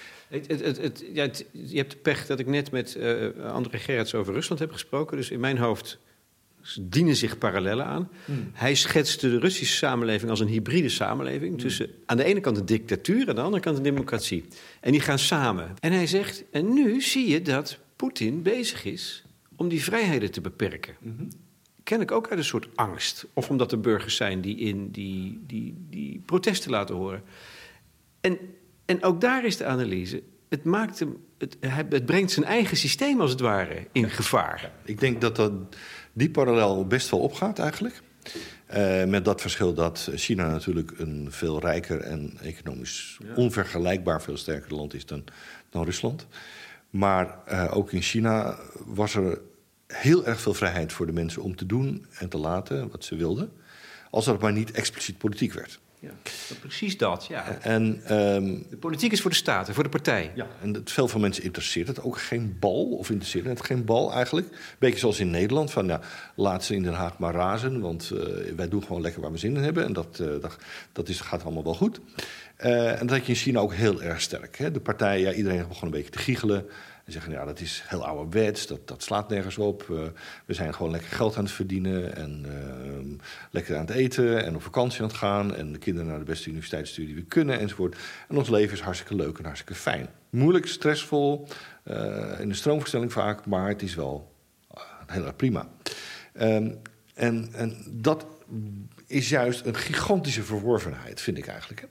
Je hebt de pech dat ik net met André Gerrits over Rusland heb gesproken. Dus in mijn hoofd dienen zich parallellen aan. Hij schetste de Russische samenleving als een hybride samenleving tussen aan de ene kant een dictatuur en aan de andere kant een democratie. En die gaan samen. En hij zegt, en nu zie je dat Poetin bezig is om die vrijheden te beperken. Ken ik ook uit een soort angst. Of omdat er burgers zijn die in die protesten laten horen. En ook daar is de analyse. Het brengt zijn eigen systeem als het ware in gevaar. Ja, ik denk dat die parallel best wel opgaat eigenlijk. Met dat verschil dat China natuurlijk een veel rijker en economisch onvergelijkbaar veel sterker land is dan Rusland. Maar ook in China was er heel erg veel vrijheid voor de mensen om te doen en te laten wat ze wilden. Als dat maar niet expliciet politiek werd. Ja, precies dat, ja. En, de politiek is voor de staten, voor de partij. Ja, en veel van mensen interesseert het ook geen bal. Of interesseert het geen bal eigenlijk. Een beetje zoals in Nederland. Van ja, laat ze in Den Haag maar razen. Want wij doen gewoon lekker waar we zin in hebben. En dat gaat allemaal wel goed. En dat had je in China ook heel erg sterk. Hè? De partijen, iedereen begon een beetje te giechelen. En zeggen, ja, dat is heel ouderwets, dat slaat nergens op. We zijn gewoon lekker geld aan het verdienen en lekker aan het eten en op vakantie aan het gaan. En de kinderen naar de beste universiteit sturen die we kunnen enzovoort. En ons leven is hartstikke leuk en hartstikke fijn. Moeilijk, stressvol, in de stroomversnelling vaak, maar het is wel heel erg prima. En dat is juist een gigantische verworvenheid, vind ik eigenlijk.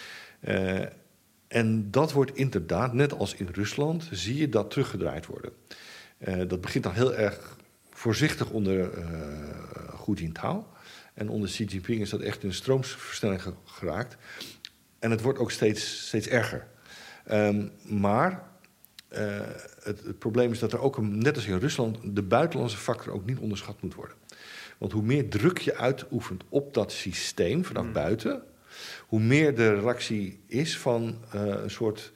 En dat wordt inderdaad, net als in Rusland, zie je dat teruggedraaid worden. Dat begint dan heel erg voorzichtig onder Hu Jintao. En onder Xi Jinping is dat echt in een stroomversnelling geraakt. En het wordt ook steeds erger. Maar het probleem is dat er ook, net als in Rusland, de buitenlandse factor ook niet onderschat moet worden. Want hoe meer druk je uitoefent op dat systeem vanaf buiten, hoe meer de reactie is van een soort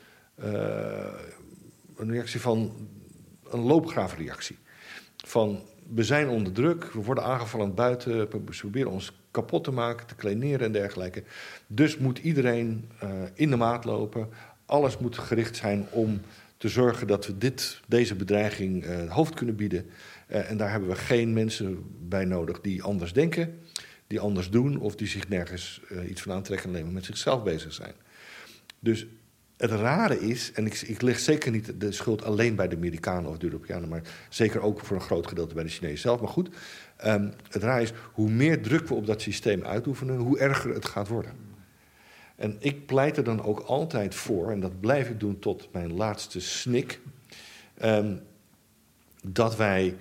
een reactie van een loopgravenreactie. Van we zijn onder druk, we worden aangevallen buiten, ze proberen ons kapot te maken, te kleineren en dergelijke. Dus moet iedereen in de maat lopen. Alles moet gericht zijn om te zorgen dat we deze bedreiging hoofd kunnen bieden. En daar hebben we geen mensen bij nodig die anders denken, die anders doen of die zich nergens iets van aantrekken en alleen maar met zichzelf bezig zijn. Dus het rare is, en ik leg zeker niet de schuld alleen bij de Amerikanen of de Europeanen, maar zeker ook voor een groot gedeelte bij de Chinezen zelf. Maar goed, het rare is, hoe meer druk we op dat systeem uitoefenen, hoe erger het gaat worden. En ik pleit er dan ook altijd voor, en dat blijf ik doen tot mijn laatste snik, dat wij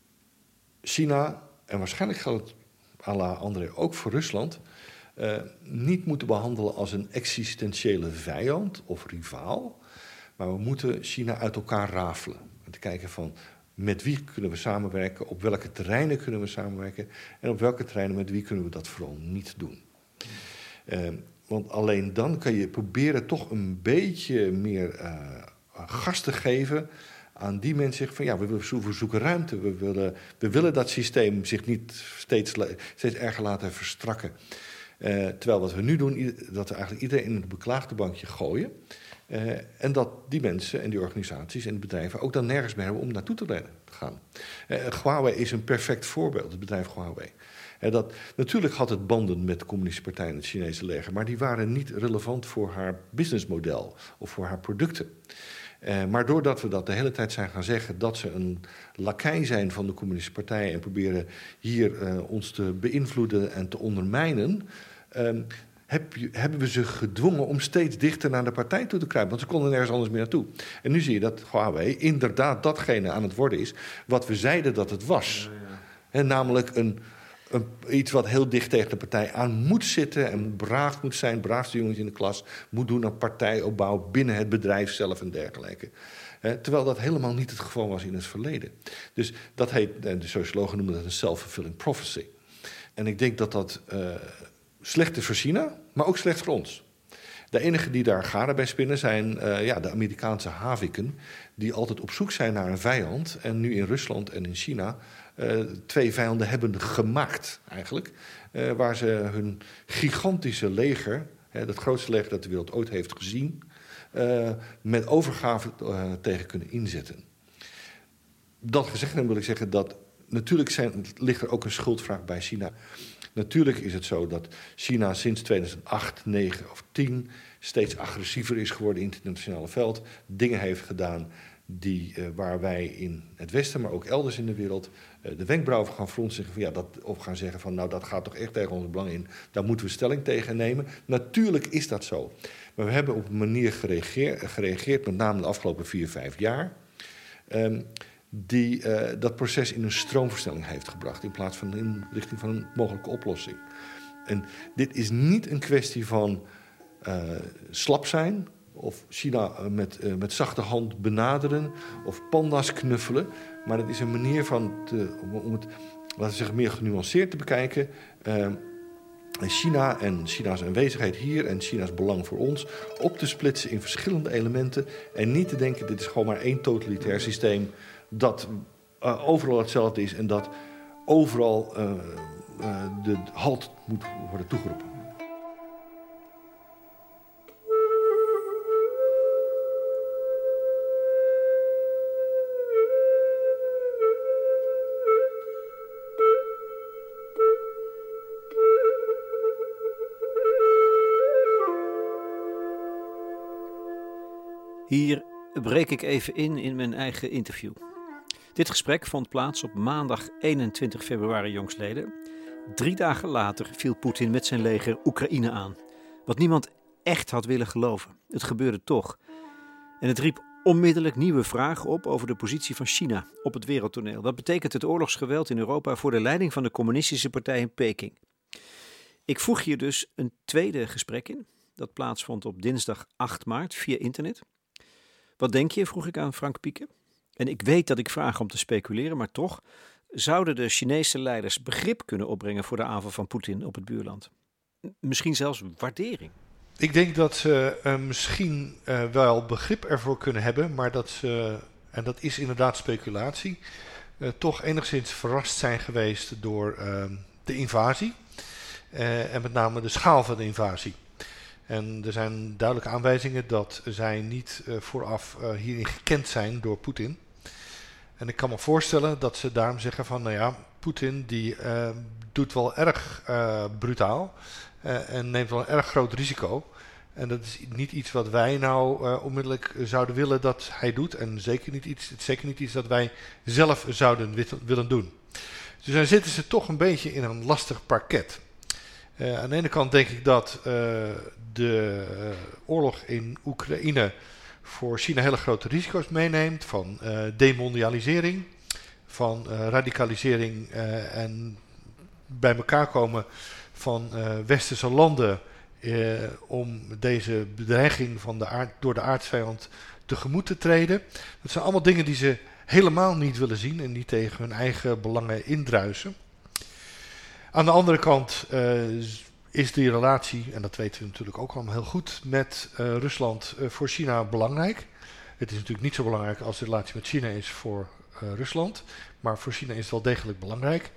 China, en waarschijnlijk geldt het à la André ook voor Rusland, niet moeten behandelen als een existentiële vijand of rivaal. Maar we moeten China uit elkaar rafelen. En te kijken van met wie kunnen we samenwerken, op welke terreinen kunnen we samenwerken en op welke terreinen met wie kunnen we dat vooral niet doen. Want alleen dan kan je proberen toch een beetje meer gas te geven aan die mensen van ja, we zoeken ruimte. We willen dat systeem zich niet steeds erger laten verstrakken. Terwijl wat we nu doen, dat we eigenlijk iedereen in het beklaagde bankje gooien. En dat die mensen en die organisaties en bedrijven ook dan nergens meer hebben om naartoe te gaan. Huawei is een perfect voorbeeld, het bedrijf Huawei. Natuurlijk had het banden met de Communistische Partij en het Chinese leger, maar die waren niet relevant voor haar businessmodel of voor haar producten. Maar doordat we dat de hele tijd zijn gaan zeggen dat ze een lakij zijn van de Communistische Partij en proberen hier ons te beïnvloeden en te ondermijnen, hebben we ze gedwongen om steeds dichter naar de partij toe te kruipen. Want ze konden nergens anders meer naartoe. En nu zie je dat Huawei inderdaad datgene aan het worden is wat we zeiden dat het was. Ja. Namelijk iets wat heel dicht tegen de partij aan moet zitten en braaf moet zijn, braafste jongens in de klas, moet doen aan partijopbouw binnen het bedrijf zelf en dergelijke. Terwijl dat helemaal niet het geval was in het verleden. Dus dat heet, de sociologen noemen dat een self-fulfilling prophecy. En ik denk dat dat slecht is voor China, maar ook slecht voor ons. De enigen die daar garen bij spinnen zijn de Amerikaanse haviken, die altijd op zoek zijn naar een vijand en nu in Rusland en in China twee vijanden hebben gemaakt eigenlijk, waar ze hun gigantische leger, dat grootste leger dat de wereld ooit heeft gezien, met overgave tegen kunnen inzetten. Dat gezegd dan wil ik zeggen dat natuurlijk ligt er ook een schuldvraag bij China. Natuurlijk is het zo dat China sinds 2008, 2009 of 2010 steeds agressiever is geworden in het internationale veld. Dingen heeft gedaan waar wij in het Westen, maar ook elders in de wereld, de wenkbrauwen gaan fronsen of gaan zeggen van dat gaat toch echt tegen onze belangen in. Daar moeten we stelling tegen nemen. Natuurlijk is dat zo. Maar we hebben op een manier gereageerd met name de afgelopen 4-5 jaar, die dat proces in een stroomversnelling heeft gebracht, in plaats van in richting van een mogelijke oplossing. En dit is niet een kwestie van slap zijn, of China met zachte hand benaderen, of panda's knuffelen. Maar het is een manier om het, laten we zeggen, meer genuanceerd te bekijken. China en China's aanwezigheid hier en China's belang voor ons op te splitsen in verschillende elementen. En niet te denken, dit is gewoon maar één totalitair systeem dat overal hetzelfde is en dat overal de halt moet worden toegeroepen. Hier breek ik even in mijn eigen interview. Dit gesprek vond plaats op maandag 21 februari jongstleden. 3 dagen later viel Poetin met zijn leger Oekraïne aan. Wat niemand echt had willen geloven. Het gebeurde toch. En het riep onmiddellijk nieuwe vragen op over de positie van China op het wereldtoneel. Wat betekent het oorlogsgeweld in Europa voor de leiding van de communistische partij in Peking? Ik voeg hier dus een tweede gesprek in. Dat plaatsvond op dinsdag 8 maart via internet. Wat denk je, vroeg ik aan Frank Pieke. En ik weet dat ik vraag om te speculeren, maar toch zouden de Chinese leiders begrip kunnen opbrengen voor de aanval van Poetin op het buurland. Misschien zelfs waardering. Ik denk dat ze misschien wel begrip ervoor kunnen hebben, maar dat ze, en dat is inderdaad speculatie, toch enigszins verrast zijn geweest door de invasie. En met name de schaal van de invasie. En er zijn duidelijke aanwijzingen dat zij niet vooraf hierin gekend zijn door Poetin. En ik kan me voorstellen dat ze daarom zeggen van, Poetin die doet wel erg brutaal en neemt wel een erg groot risico. En dat is niet iets wat wij onmiddellijk zouden willen dat hij doet. En zeker niet iets dat wij zelf zouden willen doen. Dus dan zitten ze toch een beetje in een lastig parket. Aan de ene kant denk ik dat de oorlog in Oekraïne voor China hele grote risico's meeneemt. Van demondialisering, van radicalisering en bij elkaar komen van westerse landen om deze bedreiging van door de aardsvijand tegemoet te treden. Dat zijn allemaal dingen die ze helemaal niet willen zien en die tegen hun eigen belangen indruisen. Aan de andere kant is die relatie, en dat weten we natuurlijk ook allemaal heel goed, met Rusland voor China belangrijk. Het is natuurlijk niet zo belangrijk als de relatie met China is voor Rusland, maar voor China is het wel degelijk belangrijk.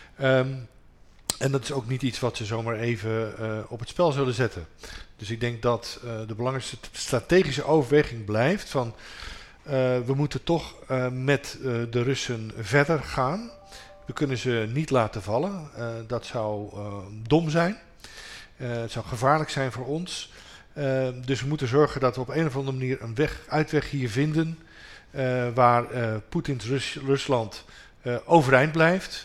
En dat is ook niet iets wat ze zomaar even op het spel zullen zetten. Dus ik denk dat de belangrijkste strategische overweging blijft van we moeten toch met de Russen verder gaan. We kunnen ze niet laten vallen. Dat zou dom zijn. Het zou gevaarlijk zijn voor ons. Dus we moeten zorgen dat we op een of andere manier een uitweg hier vinden waar Poetins Rusland overeind blijft.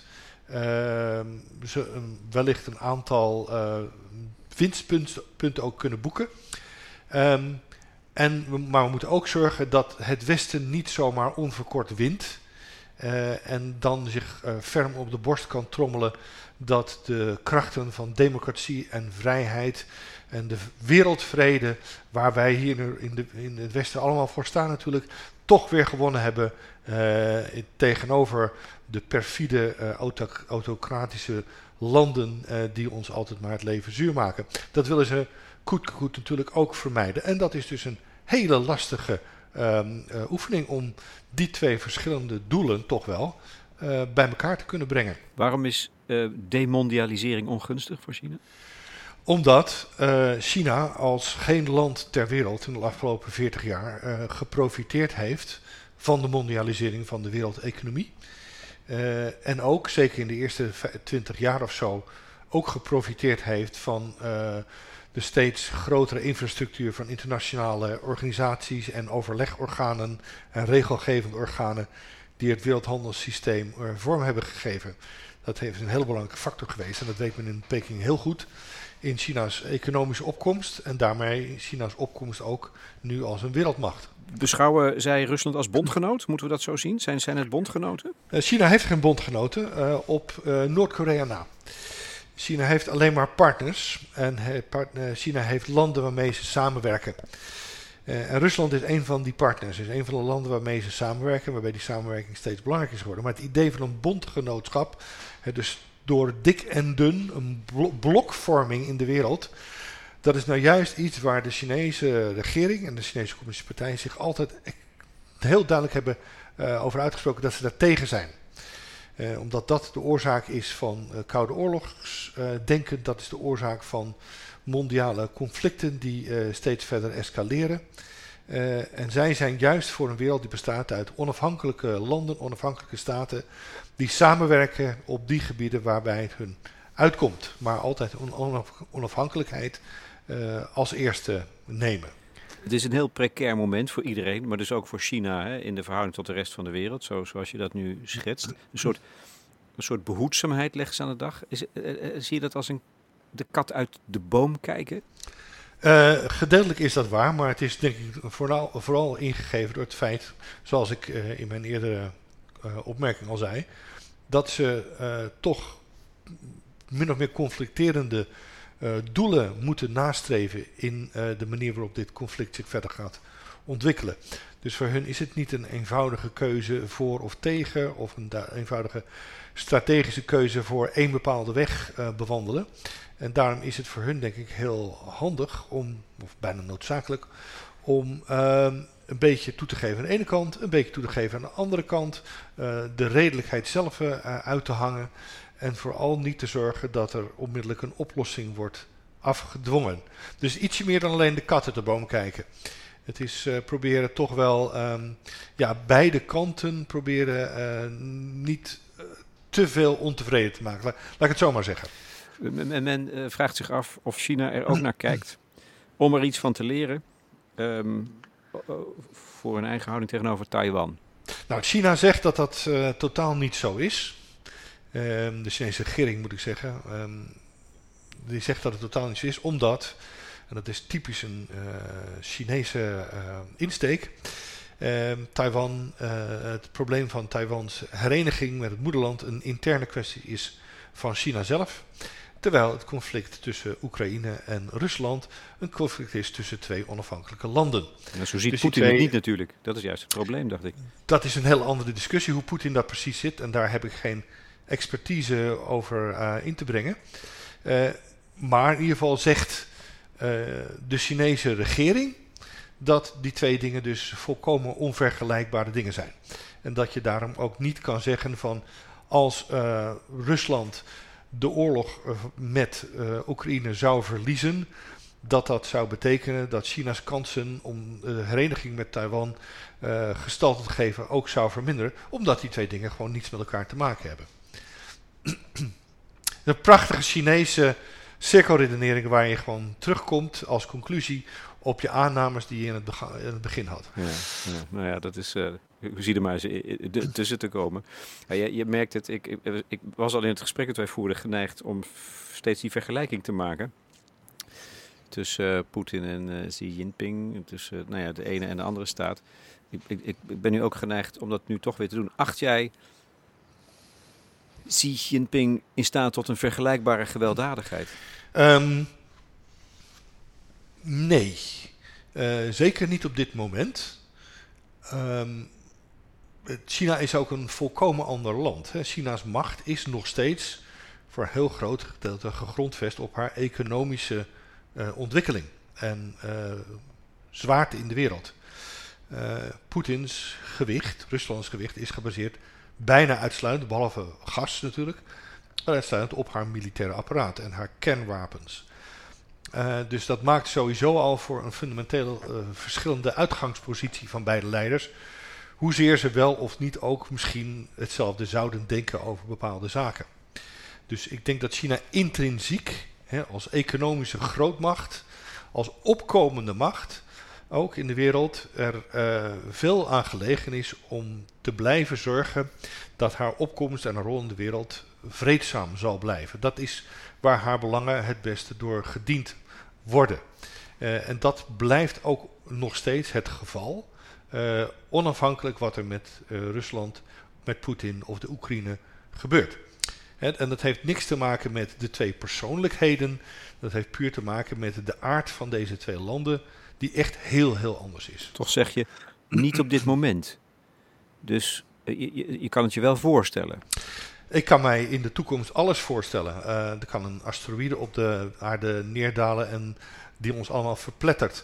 Wellicht een aantal winstpunten ook kunnen boeken. Maar we moeten ook zorgen dat het Westen niet zomaar onverkort wint. En dan zich ferm op de borst kan trommelen dat de krachten van democratie en vrijheid en de wereldvrede, waar wij hier in het Westen allemaal voor staan natuurlijk, toch weer gewonnen hebben tegenover de perfide autocratische landen die ons altijd maar het leven zuur maken. Dat willen ze goed natuurlijk ook vermijden. En dat is dus een hele lastige oefening om die twee verschillende doelen toch wel bij elkaar te kunnen brengen. Waarom is demondialisering ongunstig voor China? Omdat China als geen land ter wereld in de afgelopen 40 jaar geprofiteerd heeft van de mondialisering van de wereldeconomie. En ook, zeker in de eerste 20 jaar of zo, ook geprofiteerd heeft van de steeds grotere infrastructuur van internationale organisaties en overlegorganen en regelgevende organen die het wereldhandelssysteem vorm hebben gegeven. Dat heeft een hele belangrijke factor geweest en dat weet men in Peking heel goed in China's economische opkomst en daarmee China's opkomst ook nu als een wereldmacht. Beschouwen zij Rusland als bondgenoot? Moeten we dat zo zien? Zijn het bondgenoten? China heeft geen bondgenoten op Noord-Korea na. China heeft alleen maar partners en China heeft landen waarmee ze samenwerken. En Rusland is een van die partners, is een van de landen waarmee ze samenwerken, waarbij die samenwerking steeds belangrijker is geworden. Maar het idee van een bondgenootschap, dus door dik en dun, een blokvorming in de wereld, dat is nou juist iets waar de Chinese regering en de Chinese Communistische Partij zich altijd heel duidelijk hebben over uitgesproken dat ze daar tegen zijn. Omdat dat de oorzaak is van Koude Oorlogsdenken, dat is de oorzaak van mondiale conflicten die steeds verder escaleren. En zij zijn juist voor een wereld die bestaat uit onafhankelijke landen, onafhankelijke staten, die samenwerken op die gebieden waarbij het hun uitkomt. Maar altijd onafhankelijkheid als eerste nemen. Het is een heel precair moment voor iedereen, maar dus ook voor China hè, in de verhouding tot de rest van de wereld, zoals je dat nu schetst. Een soort behoedzaamheid leggen ze aan de dag. Zie je dat als de kat uit de boom kijken? Gedeeltelijk is dat waar, maar het is denk ik vooral ingegeven door het feit, zoals ik in mijn eerdere opmerking al zei, dat ze toch min of meer conflicterende doelen moeten nastreven in de manier waarop dit conflict zich verder gaat ontwikkelen. Dus voor hun is het niet een eenvoudige keuze voor of tegen, of een eenvoudige strategische keuze voor één bepaalde weg bewandelen. En daarom is het voor hun denk ik heel handig of bijna noodzakelijk, om een beetje toe te geven aan de ene kant, een beetje toe te geven aan de andere kant, de redelijkheid zelf uit te hangen en vooral niet te zorgen dat er onmiddellijk een oplossing wordt afgedwongen. Dus ietsje meer dan alleen de kat uit de boom kijken. Het is proberen toch wel beide kanten proberen niet te veel ontevreden te maken. Laat ik het zo maar zeggen. Men vraagt zich af of China er ook naar kijkt om er iets van te leren voor hun eigen houding tegenover Taiwan. Nou, China zegt dat dat totaal niet zo is. De Chinese regering moet ik zeggen, die zegt dat het totaal niet zo is, omdat, en dat is typisch een Chinese insteek, Taiwan, het probleem van Taiwans hereniging met het moederland een interne kwestie is van China zelf. Terwijl het conflict tussen Oekraïne en Rusland een conflict is tussen twee onafhankelijke landen. En zo ziet Poetin het niet natuurlijk. Dat is juist het probleem, dacht ik. Dat is een heel andere discussie, hoe Poetin dat precies zit. En daar heb ik geen expertise over in te brengen. Maar in ieder geval zegt de Chinese regering dat die twee dingen dus volkomen onvergelijkbare dingen zijn. En dat je daarom ook niet kan zeggen van als Rusland de oorlog met Oekraïne zou verliezen, dat zou betekenen dat China's kansen om de hereniging met Taiwan gestalte te geven ook zou verminderen, omdat die twee dingen gewoon niets met elkaar te maken hebben. Een prachtige Chinese cirkelredenering waar je gewoon terugkomt als conclusie op je aannames die je in het begin had. Ja, nou ja, dat is... We zien er maar eens tussen te komen. Ja, je merkt het, ik was al in het gesprek dat wij voerden geneigd om steeds die vergelijking te maken tussen Poetin en Xi Jinping, tussen de ene en de andere staat. Ik ben nu ook geneigd om dat nu toch weer te doen. Acht jij Xi Jinping in staat tot een vergelijkbare gewelddadigheid? Nee, zeker niet op dit moment. China is ook een volkomen ander land. Hè. China's macht is nog steeds voor een heel groot gedeelte gegrondvest op haar economische ontwikkeling en zwaarte in de wereld. Poetins gewicht, Ruslands gewicht, is gebaseerd bijna uitsluitend, behalve gas natuurlijk, maar uitsluitend op haar militaire apparaat en haar kernwapens. Dus dat maakt sowieso al voor een fundamenteel verschillende uitgangspositie van beide leiders, hoezeer ze wel of niet ook misschien hetzelfde zouden denken over bepaalde zaken. Dus ik denk dat China intrinsiek, als economische grootmacht, als opkomende macht, ook in de wereld, er veel aan gelegen is om te blijven zorgen dat haar opkomst en haar rol in de wereld vreedzaam zal blijven. Dat is waar haar belangen het beste door gediend worden. En dat blijft ook nog steeds het geval, onafhankelijk wat er met Rusland, met Poetin of de Oekraïne gebeurt. En dat heeft niks te maken met de twee persoonlijkheden. Dat heeft puur te maken met de aard van deze twee landen, die echt heel, heel anders is. Toch zeg je, niet op dit moment. Dus je kan het je wel voorstellen. Ik kan mij in de toekomst alles voorstellen. Er kan een asteroïde op de aarde neerdalen en die ons allemaal verplettert.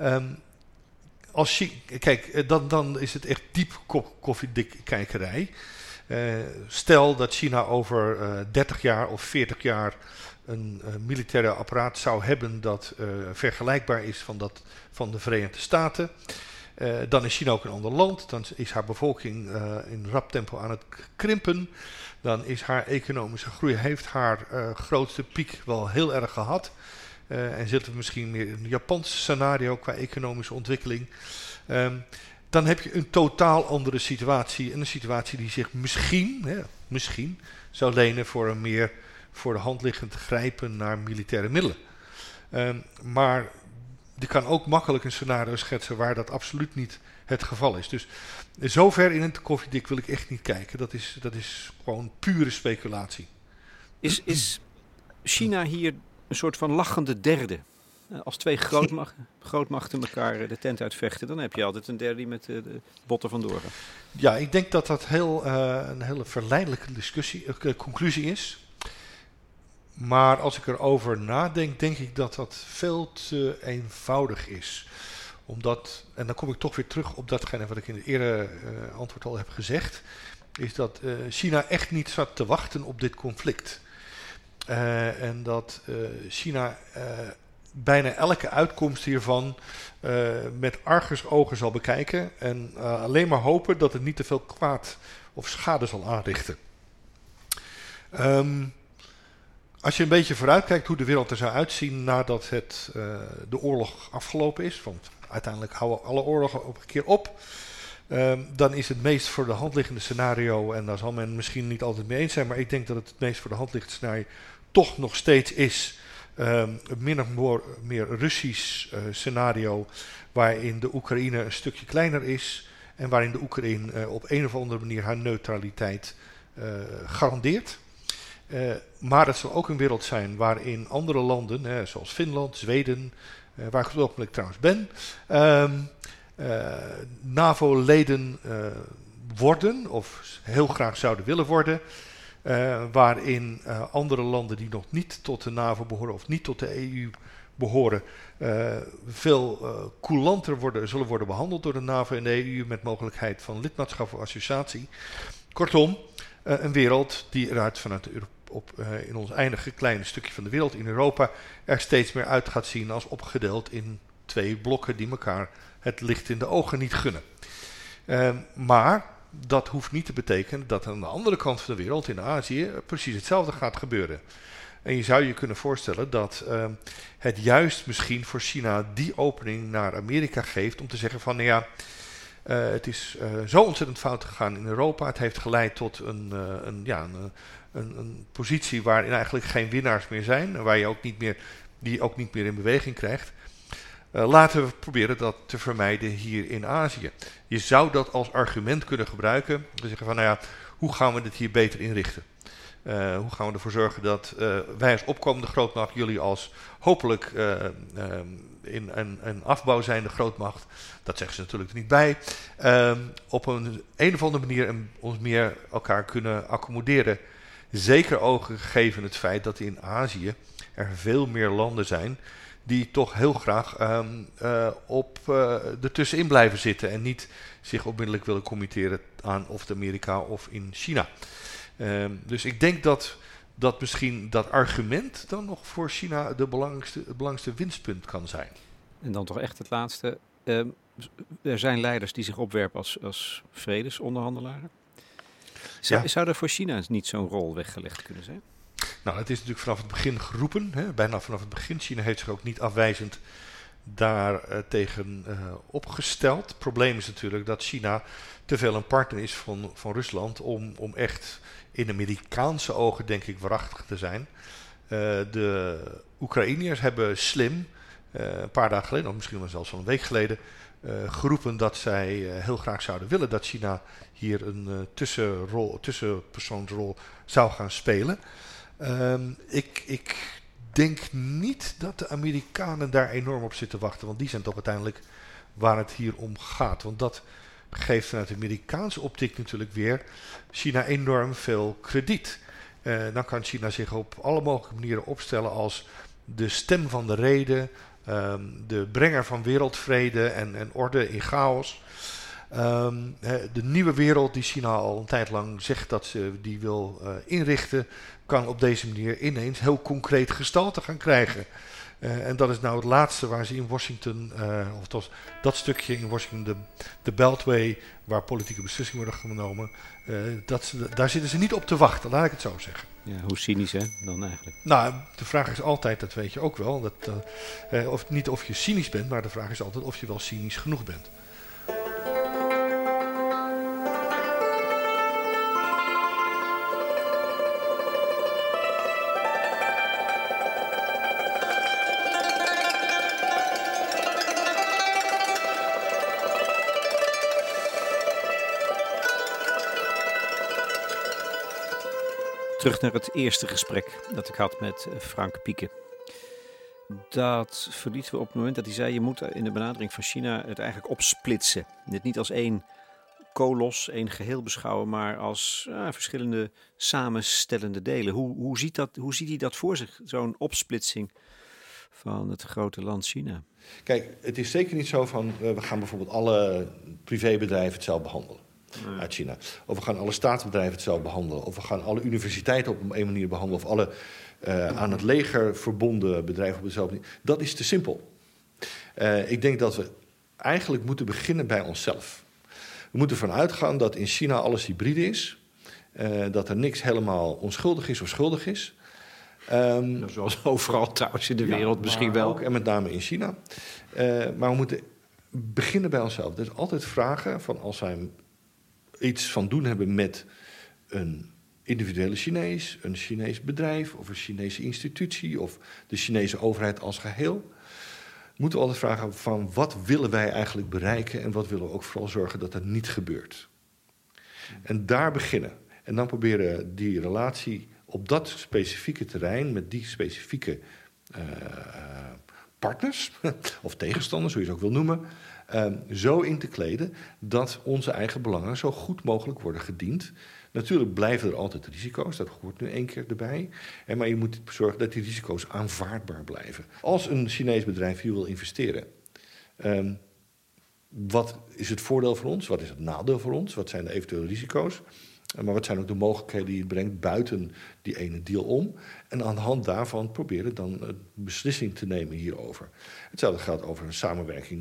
Kijk, dan is het echt diep koffiedik kijkerij. Stel dat China over 30 jaar of 40 jaar een militaire apparaat zou hebben dat vergelijkbaar is van de Verenigde Staten. Dan is China ook een ander land. Dan is haar bevolking in rap tempo aan het krimpen. Dan is haar economische groei, heeft haar grootste piek wel heel erg gehad. En zitten we misschien meer in een Japans scenario qua economische ontwikkeling. Dan heb je een totaal andere situatie. En een situatie die zich misschien zou lenen voor een meer voor de hand liggend grijpen naar militaire middelen. Maar je kan ook makkelijk een scenario schetsen waar dat absoluut niet het geval is. Dus zover in het koffiedik wil ik echt niet kijken. Dat is gewoon pure speculatie. Is China hier een soort van lachende derde? Als twee grootmachten elkaar de tent uitvechten, dan heb je altijd een derde die met de botten vandoor gaat. Ja, ik denk dat dat een hele verleidelijke conclusie is. Maar als ik erover nadenk, denk ik dat dat veel te eenvoudig is. Omdat, en dan kom ik toch weer terug op datgene wat ik in het eerdere antwoord al heb gezegd, is dat China echt niet zat te wachten op dit conflict. En dat China bijna elke uitkomst hiervan met argusogen zal bekijken en alleen maar hopen dat het niet te veel kwaad of schade zal aanrichten. Als je een beetje vooruitkijkt hoe de wereld er zou uitzien nadat de oorlog afgelopen is, want uiteindelijk houden alle oorlogen op een keer op, dan is het meest voor de hand liggende scenario, en daar zal men misschien niet altijd mee eens zijn, maar ik denk dat het meest voor de hand liggende scenario toch nog steeds is een min of meer Russisch scenario waarin de Oekraïne een stukje kleiner is en waarin de Oekraïne op een of andere manier haar neutraliteit garandeert. Maar het zal ook een wereld zijn waarin andere landen, zoals Finland, Zweden, waar ik op het ogenblik trouwens ben, NAVO-leden worden of heel graag zouden willen worden. Waarin andere landen die nog niet tot de NAVO behoren of niet tot de EU behoren, veel coulanter zullen worden behandeld door de NAVO en de EU met mogelijkheid van lidmaatschap of associatie. Kortom, een wereld die eruit vanuit in ons eindige kleine stukje van de wereld in Europa er steeds meer uit gaat zien als opgedeeld in twee blokken die elkaar het licht in de ogen niet gunnen. Maar dat hoeft niet te betekenen dat aan de andere kant van de wereld, in Azië, precies hetzelfde gaat gebeuren. En je zou je kunnen voorstellen dat het juist misschien voor China die opening naar Amerika geeft om te zeggen van, nou ja, het is zo ontzettend fout gegaan in Europa. Het heeft geleid tot een positie waarin eigenlijk geen winnaars meer zijn, en waar je ook niet meer in beweging krijgt. Laten we proberen dat te vermijden hier in Azië. Je zou dat als argument kunnen gebruiken. We zeggen van, nou ja, hoe gaan we dit hier beter inrichten? Hoe gaan we ervoor zorgen dat wij als opkomende grootmacht, jullie als hopelijk in een afbouw zijnde grootmacht, dat zeggen ze natuurlijk er niet bij, op een of andere manier ons meer elkaar kunnen accommoderen. Zeker ogen gegeven het feit dat in Azië er veel meer landen zijn die toch heel graag ertussenin blijven zitten en niet zich onmiddellijk willen committeren aan of de Amerika of in China. Dus ik denk dat misschien dat argument dan nog voor China het belangrijkste winstpunt kan zijn. En dan toch echt het laatste. Er zijn leiders die zich opwerpen als vredesonderhandelaren. Zou er voor China niet zo'n rol weggelegd kunnen zijn? Nou, het is natuurlijk vanaf het begin geroepen, hè, bijna vanaf het begin. China heeft zich ook niet afwijzend daar tegen opgesteld. Het probleem is natuurlijk dat China te veel een partner is van Rusland om echt in Amerikaanse ogen, denk ik, waarachtig te zijn. De Oekraïners hebben slim, een paar dagen geleden, of misschien wel zelfs al een week geleden, geroepen dat zij heel graag zouden willen dat China hier een tussenpersoonsrol zou gaan spelen. Ik denk niet dat de Amerikanen daar enorm op zitten wachten, want die zijn toch uiteindelijk waar het hier om gaat. Want dat geeft vanuit de Amerikaanse optiek natuurlijk weer China enorm veel krediet. Dan kan China zich op alle mogelijke manieren opstellen als de stem van de rede, de brenger van wereldvrede en orde in chaos. De nieuwe wereld die China al een tijd lang zegt dat ze die wil inrichten, kan op deze manier ineens heel concreet gestalte gaan krijgen. En dat is nou het laatste waar ze in Washington, of althans dat stukje in Washington, de Beltway, waar politieke beslissingen worden genomen, daar zitten ze niet op te wachten, laat ik het zo zeggen. Ja, hoe cynisch hè, dan eigenlijk? Nou, de vraag is altijd, dat weet je ook wel, niet of je cynisch bent, maar de vraag is altijd of je wel cynisch genoeg bent. Terug naar het eerste gesprek dat ik had met Frank Pieke. Dat verlieten we op het moment dat hij zei, je moet in de benadering van China het eigenlijk opsplitsen. Dit niet als één kolos, één geheel beschouwen, maar als verschillende samenstellende delen. Hoe ziet hij dat voor zich, zo'n opsplitsing van het grote land China? Kijk, het is zeker niet zo van, we gaan bijvoorbeeld alle privébedrijven hetzelfde behandelen. Uit China. Of we gaan alle staatsbedrijven hetzelfde behandelen. Of we gaan alle universiteiten op een manier behandelen. Of alle aan het leger verbonden bedrijven op dezelfde manier. Dat is te simpel. Ik denk dat we eigenlijk moeten beginnen bij onszelf. We moeten ervan uitgaan dat in China alles hybride is. Dat er niks helemaal onschuldig is of schuldig is. Zoals overal trouwens in de wereld misschien wel. Ook, en met name in China. Maar we moeten beginnen bij onszelf. Dus altijd vragen van als wij iets van doen hebben met een individuele Chinees, een Chinees bedrijf of een Chinese institutie of de Chinese overheid als geheel, moeten we altijd vragen van wat willen wij eigenlijk bereiken en wat willen we ook vooral zorgen dat dat niet gebeurt. En daar beginnen. En dan proberen die relatie op dat specifieke terrein met die specifieke partners of tegenstanders, hoe je ze ook wil noemen, zo in te kleden dat onze eigen belangen zo goed mogelijk worden gediend. Natuurlijk blijven er altijd risico's, dat hoort nu 1 keer erbij. Maar je moet zorgen dat die risico's aanvaardbaar blijven. Als een Chinees bedrijf hier wil investeren, wat is het voordeel voor ons? Wat is het nadeel voor ons? Wat zijn de eventuele risico's? Maar wat zijn ook de mogelijkheden die het brengt buiten die ene deal om? En aan de hand daarvan proberen dan een beslissing te nemen hierover. Hetzelfde geldt over een samenwerking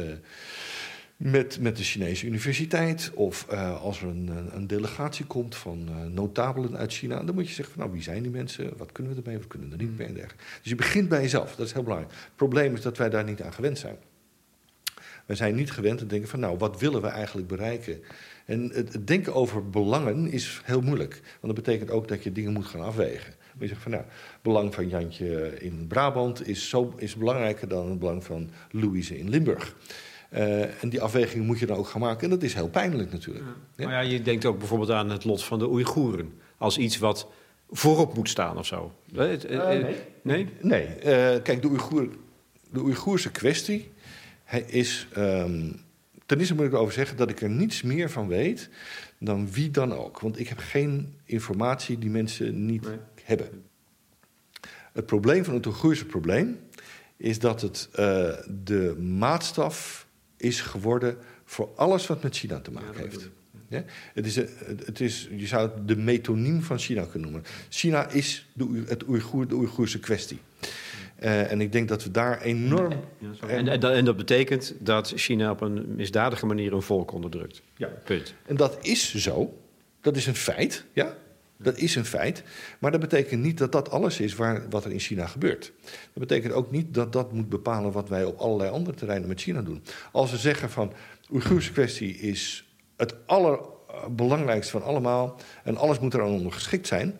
met de Chinese universiteit. Of als er een delegatie komt van notabelen uit China, dan moet je zeggen van, nou, wie zijn die mensen? Wat kunnen we ermee? Wat kunnen we er niet mee? En dergelijke. Dus je begint bij jezelf. Dat is heel belangrijk. Het probleem is dat wij daar niet aan gewend zijn. Wij zijn niet gewend te denken van, nou, wat willen we eigenlijk bereiken? En het denken over belangen is heel moeilijk. Want dat betekent ook dat je dingen moet gaan afwegen. Maar je zegt van, nou, het belang van Jantje in Brabant is belangrijker dan het belang van Louise in Limburg. En die afweging moet je dan ook gaan maken. En dat is heel pijnlijk natuurlijk. Ja. Maar ja, je denkt ook bijvoorbeeld aan het lot van de Oeigoeren. Als iets wat voorop moet staan of zo. Nee? Nee. Kijk, de Oeigoerse kwestie is... ten eerste moet ik erover zeggen dat ik er niets meer van weet dan wie dan ook. Want ik heb geen informatie die mensen niet hebben. Het probleem van het Oeigoerse probleem is dat het de maatstaf is geworden voor alles wat met China te maken heeft. Ja? Het is, je zou het de metoniem van China kunnen noemen. China is de Oeigoerse kwestie. En ik denk dat we daar enorm... En dat betekent dat China op een misdadige manier een volk onderdrukt. Ja. Punt. En dat is zo. Dat is een feit, ja. Dat is een feit, maar dat betekent niet dat dat alles is wat er in China gebeurt. Dat betekent ook niet dat dat moet bepalen wat wij op allerlei andere terreinen met China doen. Als we zeggen van Oeigoerse kwestie is het allerbelangrijkste van allemaal en alles moet er aan ondergeschikt zijn,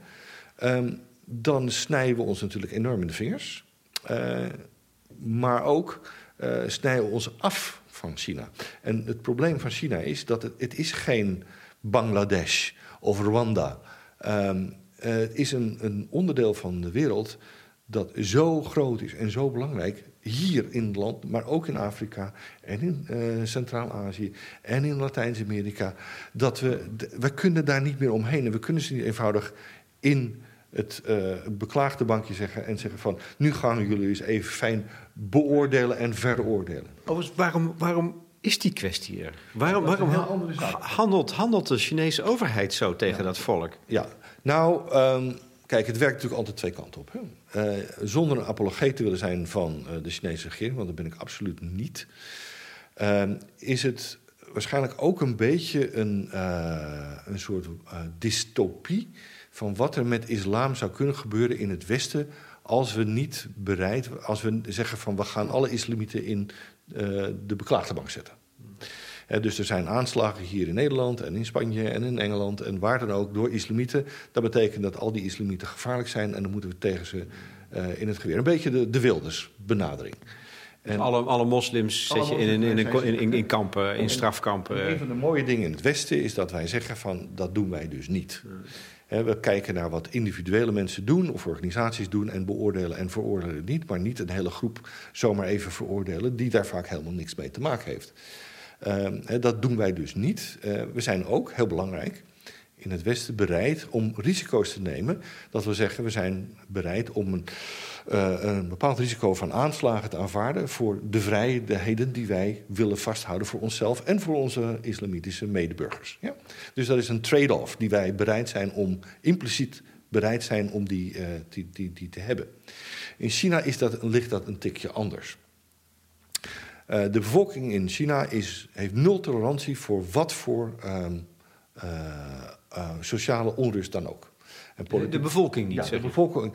dan snijden we ons natuurlijk enorm in de vingers. Maar ook snijden we ons af van China. En het probleem van China is dat het is geen Bangladesh of Rwanda. Het is een onderdeel van de wereld dat zo groot is en zo belangrijk, hier in het land, maar ook in Afrika en in Centraal-Azië en in Latijns-Amerika, dat we kunnen daar niet meer omheen. En we kunnen ze niet eenvoudig in het beklaagde bankje zeggen en zeggen van, nu gaan jullie eens even fijn beoordelen en veroordelen. Waarom is die kwestie er? Waarom handelt de Chinese overheid zo tegen dat volk? Ja, nou, kijk, het werkt natuurlijk altijd twee kanten op. Hè. Zonder een apologeet te willen zijn van de Chinese regering, want dat ben ik absoluut niet, is het waarschijnlijk ook een beetje een soort dystopie van wat er met islam zou kunnen gebeuren in het Westen als we zeggen van we gaan alle islamieten in de beklaagde bank zetten. Dus er zijn aanslagen hier in Nederland en in Spanje en in Engeland en waar dan ook door islamieten. Dat betekent dat al die islamieten gevaarlijk zijn en dan moeten we tegen ze in het geweer. Een beetje de Wilders benadering. Dus alle moslims zet je in kampen, in strafkampen. Een van de mooie dingen in het Westen is dat wij zeggen van dat doen wij dus niet. We kijken naar wat individuele mensen doen of organisaties doen en beoordelen en veroordelen het niet, maar niet een hele groep zomaar even veroordelen die daar vaak helemaal niks mee te maken heeft. Dat doen wij dus niet. We zijn ook, heel belangrijk, in het Westen bereid om risico's te nemen. Dat wil zeggen, we zijn bereid om een bepaald risico van aanslagen te aanvaarden voor de vrijheden die wij willen vasthouden voor onszelf en voor onze islamitische medeburgers. Ja? Dus dat is een trade-off die wij impliciet bereid zijn om die te hebben. In China ligt dat een tikje anders. De bevolking in China heeft nul tolerantie voor wat voor sociale onrust dan ook. De bevolking niet, ja, zeg je? De bevolking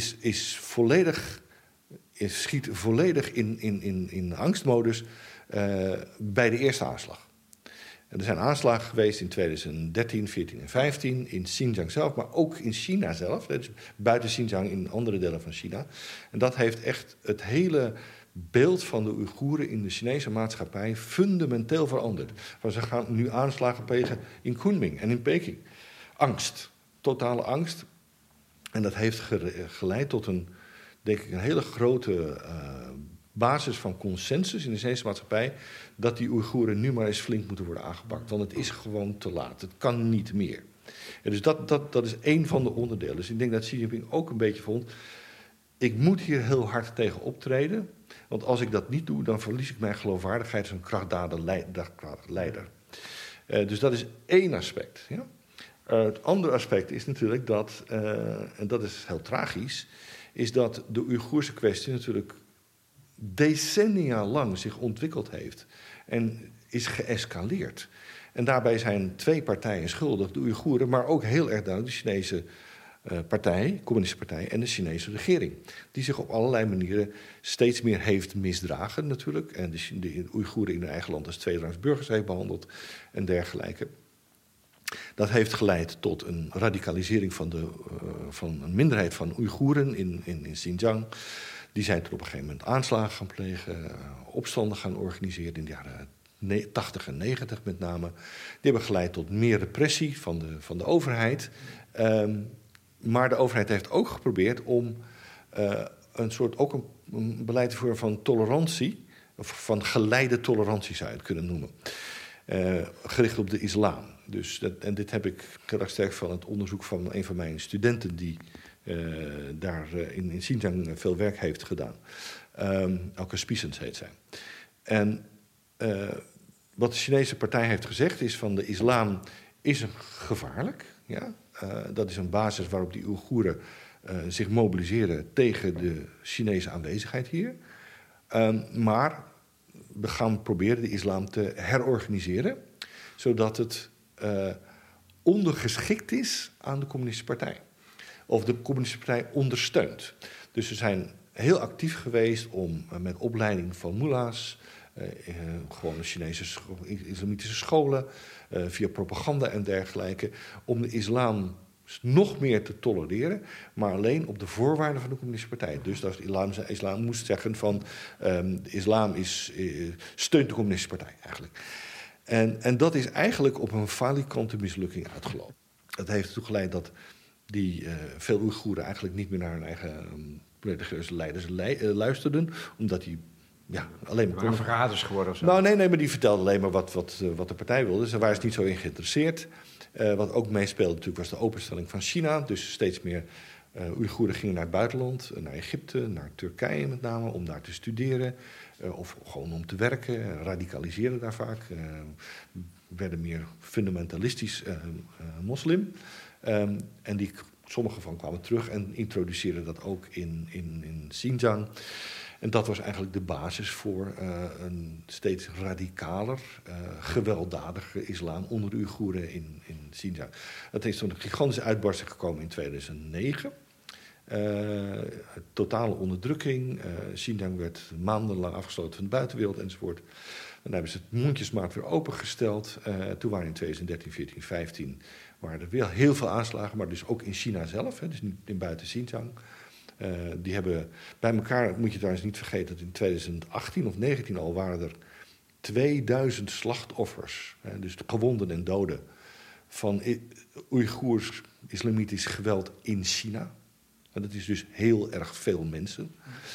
schiet volledig in angstmodus bij de eerste aanslag. Er zijn aanslagen geweest in 2013, 14 en 15 in Xinjiang zelf, maar ook in China zelf. Dus buiten Xinjiang in andere delen van China. En dat heeft echt het hele beeld van de Oeigoeren in de Chinese maatschappij fundamenteel veranderd. Want ze gaan nu aanslagen plegen in Kunming en in Peking. Angst, totale angst. En dat heeft geleid tot een hele grote basis van consensus in de Chinese maatschappij dat die Oeigoeren nu maar eens flink moeten worden aangepakt. Want het is gewoon te laat. Het kan niet meer. En dus dat is één van de onderdelen. Dus ik denk dat Xi Jinping ook een beetje vond, ik moet hier heel hard tegen optreden. Want als ik dat niet doe, dan verlies ik mijn geloofwaardigheid als een krachtdadig leider. Dus dat is één aspect. Ja? Het andere aspect is natuurlijk dat, en dat is heel tragisch, is dat de Oeigoerse kwestie natuurlijk decennia lang zich ontwikkeld heeft en is geëscaleerd. En daarbij zijn twee partijen schuldig, de Oeigoeren, maar ook heel erg duidelijk de Chinese partij, communistische partij en de Chinese regering. Die zich op allerlei manieren steeds meer heeft misdragen natuurlijk. En de Oeigoeren in hun eigen land als tweederangs burgers heeft behandeld en dergelijke. Dat heeft geleid tot een radicalisering van een minderheid van Oeigoeren in Xinjiang. Die zijn toen op een gegeven moment aanslagen gaan plegen, opstanden gaan organiseren in de jaren 80 en 90 met name. Die hebben geleid tot meer repressie van de overheid. Maar de overheid heeft ook geprobeerd om ook een beleid te voeren van tolerantie, of van geleide tolerantie zou je het kunnen noemen. Gericht op de islam. Dus en dit heb ik heel erg sterk van het onderzoek van een van mijn studenten die daar in Xinjiang veel werk heeft gedaan. Elke Spiesens heet zij. En wat de Chinese partij heeft gezegd is van de islam is gevaarlijk. Ja? Dat is een basis waarop die Oeigoeren zich mobiliseren tegen de Chinese aanwezigheid hier. Maar we gaan proberen de islam te herorganiseren, zodat het ondergeschikt is aan de Communistische Partij. Of de Communistische Partij ondersteunt. Dus ze zijn heel actief geweest om met opleiding van mullahs, gewone Chinese islamitische scholen, via propaganda en dergelijke, om de islam nog meer te tolereren, maar alleen op de voorwaarden van de Communistische Partij. Dus dat islam moest zeggen van de islam steunt de Communistische Partij eigenlijk. En dat is eigenlijk op een falikante mislukking uitgelopen. Dat heeft ertoe geleid dat veel Oeigoeren eigenlijk niet meer naar hun eigen religieuze leiders luisterden, omdat die alleen maar verraders geworden of zo? Nou, nee, maar die vertelden alleen maar wat de partij wilde. Dus daar waren ze niet zo in geïnteresseerd. Wat ook meespeelde natuurlijk was de openstelling van China. Dus steeds meer Oeigoeren gingen naar het buitenland, naar Egypte, naar Turkije met name, om daar te studeren. Of gewoon om te werken, radicaliseerden daar vaak. Werden meer fundamentalistisch moslim. En sommige van kwamen terug en introduceerden dat ook in Xinjiang. En dat was eigenlijk de basis voor een steeds radicaler, gewelddadiger islam onder de Oeigoeren in Xinjiang. Dat is tot een gigantische uitbarsting gekomen in 2009. Totale onderdrukking. Xinjiang werd maandenlang afgesloten van de buitenwereld enzovoort. Dan hebben ze het mondjesmaat weer opengesteld. Toen waren in 2013, 14, 15 waren er weer heel veel aanslagen, maar dus ook in China zelf, dus niet in buiten Xinjiang. Die hebben bij elkaar, moet je trouwens niet vergeten, dat in 2018 of 2019 al waren er 2000 slachtoffers, dus de gewonden en doden, van Oeigoers islamitisch geweld in China. En dat is dus heel erg veel mensen.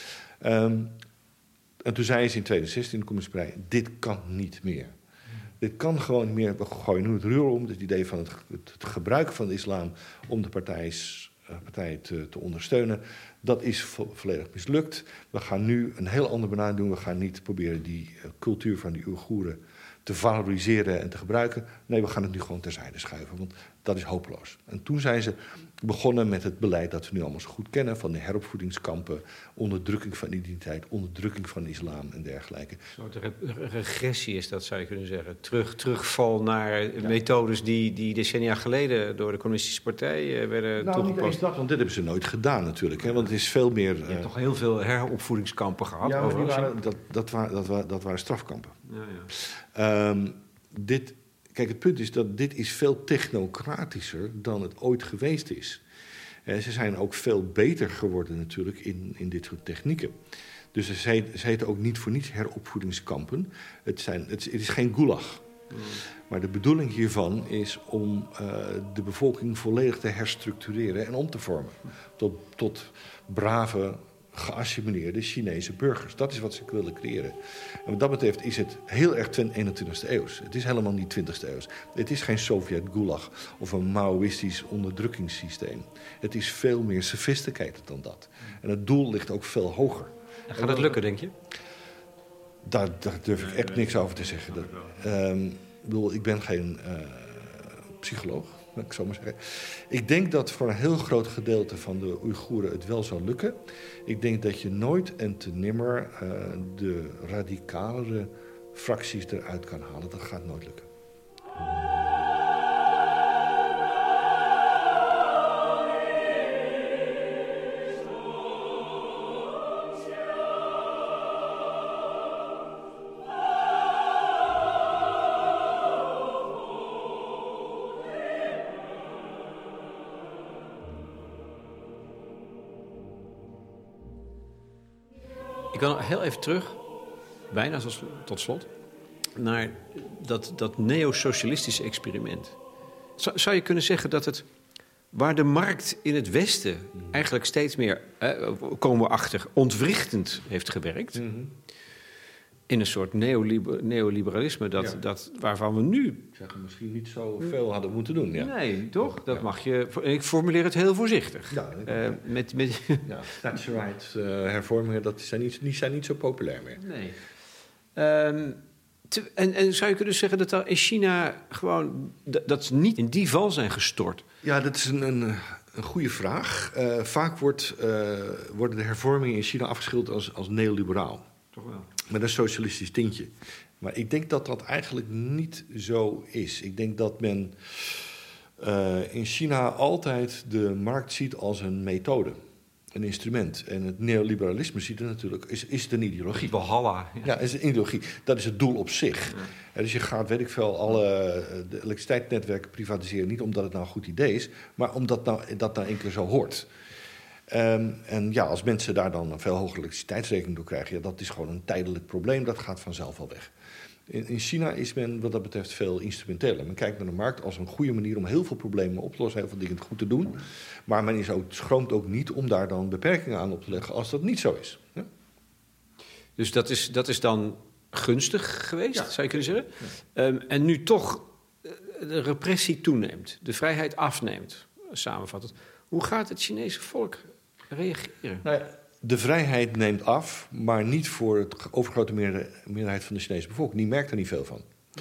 En toen zei ze in 2016 de Communistische Partij, dit kan niet meer. Dit kan gewoon niet meer. We gooien nu het roer om. Het idee van het gebruik van de islam om de partij te ondersteunen, dat is volledig mislukt. We gaan nu een heel ander benadering doen. We gaan niet proberen die cultuur van die Oeigoeren te valoriseren en te gebruiken. Nee, we gaan het nu gewoon terzijde schuiven, want dat is hopeloos. En toen zijn ze begonnen met het beleid dat we nu allemaal zo goed kennen, van de heropvoedingskampen, onderdrukking van identiteit, onderdrukking van de islam en dergelijke. Een soort regressie is dat, zou je kunnen zeggen. Terugval naar methodes die decennia geleden door de Communistische Partij werden toegepast. Niet eens dat, want dit hebben ze nooit gedaan natuurlijk. Hè, want het is veel meer... Je hebt toch heel veel heropvoedingskampen gehad? Ja, maar dat waren strafkampen. Ja. Kijk, het punt is dat dit is veel technocratischer dan het ooit geweest is. Ze zijn ook veel beter geworden natuurlijk in dit soort technieken. Dus ze heten ook niet voor niets heropvoedingskampen. Het is geen gulag. Maar de bedoeling hiervan is om de bevolking volledig te herstructureren en om te vormen. Tot brave, geassimileerde Chinese burgers. Dat is wat ze willen creëren. En wat dat betreft is het heel erg 21e eeuws. Het is helemaal niet 20e eeuws. Het is geen Sovjet-gulag of een Maoïstisch onderdrukkingssysteem. Het is veel meer sophisticated dan dat. En het doel ligt ook veel hoger. En gaat het lukken, denk je? Daar durf ik echt niks over te zeggen. Ik ben geen psycholoog, laat ik zo maar zeggen. Ik denk dat voor een heel groot gedeelte van de Oeigoeren het wel zal lukken. Ik denk dat je nooit en te nimmer de radicalere fracties eruit kan halen. Dat gaat nooit lukken. Ik wil heel even terug, bijna tot slot, naar dat neo-socialistische experiment. Zou je kunnen zeggen dat het, waar de markt in het Westen eigenlijk steeds meer, komen we achter, ontwrichtend heeft gewerkt, in een soort neoliberalisme, waarvan we nu... misschien niet zo veel hadden moeten doen. Ja. Nee, toch? Dat mag je... Ik formuleer het heel voorzichtig. Ja, Thatcherite hervormingen, die zijn niet zo populair meer. Nee. En zou je kunnen zeggen dat er in China gewoon... dat ze niet in die val zijn gestort? Ja, dat is een goede vraag. Vaak worden de hervormingen in China afgeschilderd als neoliberaal. Toch wel. Met een socialistisch tintje. Maar ik denk dat dat eigenlijk niet zo is. Ik denk dat men in China altijd de markt ziet als een methode, een instrument. En het neoliberalisme ziet er natuurlijk, is het een ideologie. Valhalla. Ja, is een ideologie. Dat is het doel op zich. Ja. Dus je gaat, weet ik veel, alle de elektriciteitsnetwerken privatiseren. Niet omdat het nou een goed idee is, maar omdat dat nou één keer zo hoort. En ja, als mensen daar dan een veel hogere elektriciteitsrekening door krijgen, ja, dat is gewoon een tijdelijk probleem. Dat gaat vanzelf al weg. In China is men wat dat betreft veel instrumenteler. Men kijkt naar de markt als een goede manier om heel veel problemen op te lossen, heel veel dingen goed te doen. Maar men schroomt ook niet om daar dan beperkingen aan op te leggen als dat niet zo is. Ja? Dus dat is dan gunstig geweest, Ja. zou je kunnen zeggen. Ja. En nu toch de repressie toeneemt, de vrijheid afneemt, samenvattend. Hoe gaat het Chinese volk reageren? Nou ja, de vrijheid neemt af, maar niet voor het overgrote meerderheid van de Chinese bevolking. Die merkt er niet veel van.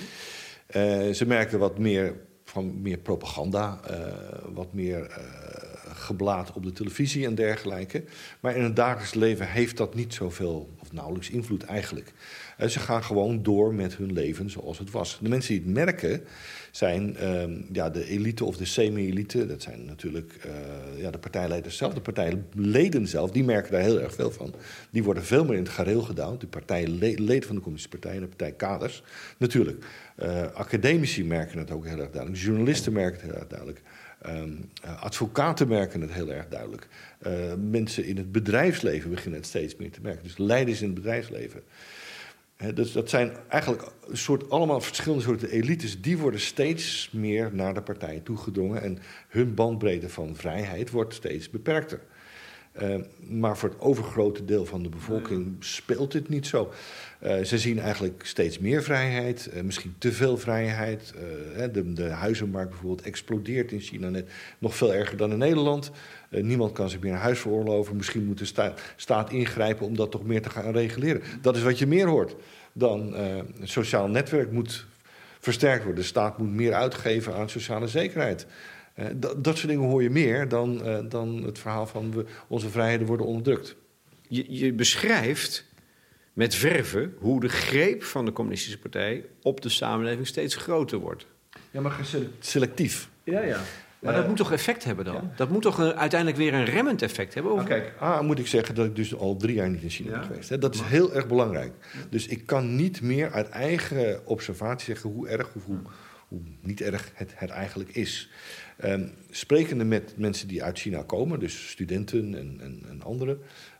Ze merken wat meer van meer propaganda, wat meer geblaat op de televisie en dergelijke. Maar in het dagelijks leven heeft dat niet zoveel of nauwelijks invloed eigenlijk. Ze gaan gewoon door met hun leven zoals het was. De mensen die het merken zijn de elite of de semi-elite. Dat zijn natuurlijk de partijleiders zelf, de partijleden zelf. Die merken daar heel erg veel van. Die worden veel meer in het gareel gedouwd. De partijleden van de Communistische Partij en de partijkaders. Natuurlijk. Academici merken het ook heel erg duidelijk. Journalisten merken het heel erg duidelijk. Advocaten merken het heel erg duidelijk. Mensen in het bedrijfsleven beginnen het steeds meer te merken. Dus leiders in het bedrijfsleven. Dus dat zijn eigenlijk allemaal verschillende soorten elites. Die worden steeds meer naar de partijen toegedrongen. En hun bandbreedte van vrijheid wordt steeds beperkter. Maar voor het overgrote deel van de bevolking speelt dit niet zo. Ze zien eigenlijk steeds meer vrijheid, misschien te veel vrijheid. De huizenmarkt bijvoorbeeld explodeert in China net nog veel erger dan in Nederland. Niemand kan zich meer een huis veroorloven. Misschien moet de staat ingrijpen om dat toch meer te gaan reguleren. Dat is wat je meer hoort dan het sociaal netwerk moet versterkt worden. De staat moet meer uitgeven aan sociale zekerheid. Dat soort dingen hoor je meer dan het verhaal van onze vrijheden worden onderdrukt. Je beschrijft met verve hoe de greep van de Communistische Partij op de samenleving steeds groter wordt. Ja, maar selectief. Ja. Maar dat moet toch effect hebben dan? Ja. Dat moet toch uiteindelijk weer een remmend effect hebben? Of? Kijk, moet ik zeggen dat ik dus al 3 jaar niet in China ben geweest. Hè? Dat is heel erg belangrijk. Dus ik kan niet meer uit eigen observatie zeggen hoe erg of hoe niet erg het eigenlijk is. Sprekende met mensen die uit China komen, dus studenten en anderen,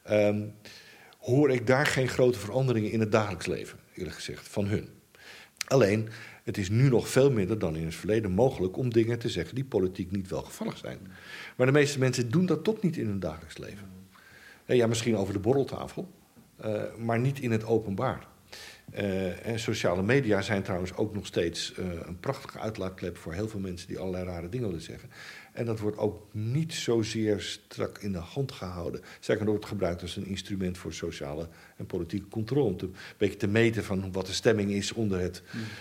hoor ik daar geen grote veranderingen in het dagelijks leven, eerlijk gezegd, van hun. Alleen, het is nu nog veel minder dan in het verleden mogelijk om dingen te zeggen die politiek niet welgevallig zijn. Maar de meeste mensen doen dat toch niet in hun dagelijks leven. Ja, misschien over de borreltafel, maar niet in het openbaar. En sociale media zijn trouwens ook nog steeds een prachtige uitlaatklep voor heel veel mensen die allerlei rare dingen willen zeggen. En dat wordt ook niet zozeer strak in de hand gehouden. Sterker nog, wordt gebruikt als een instrument voor sociale en politieke controle. Om een beetje te meten van wat de stemming is onder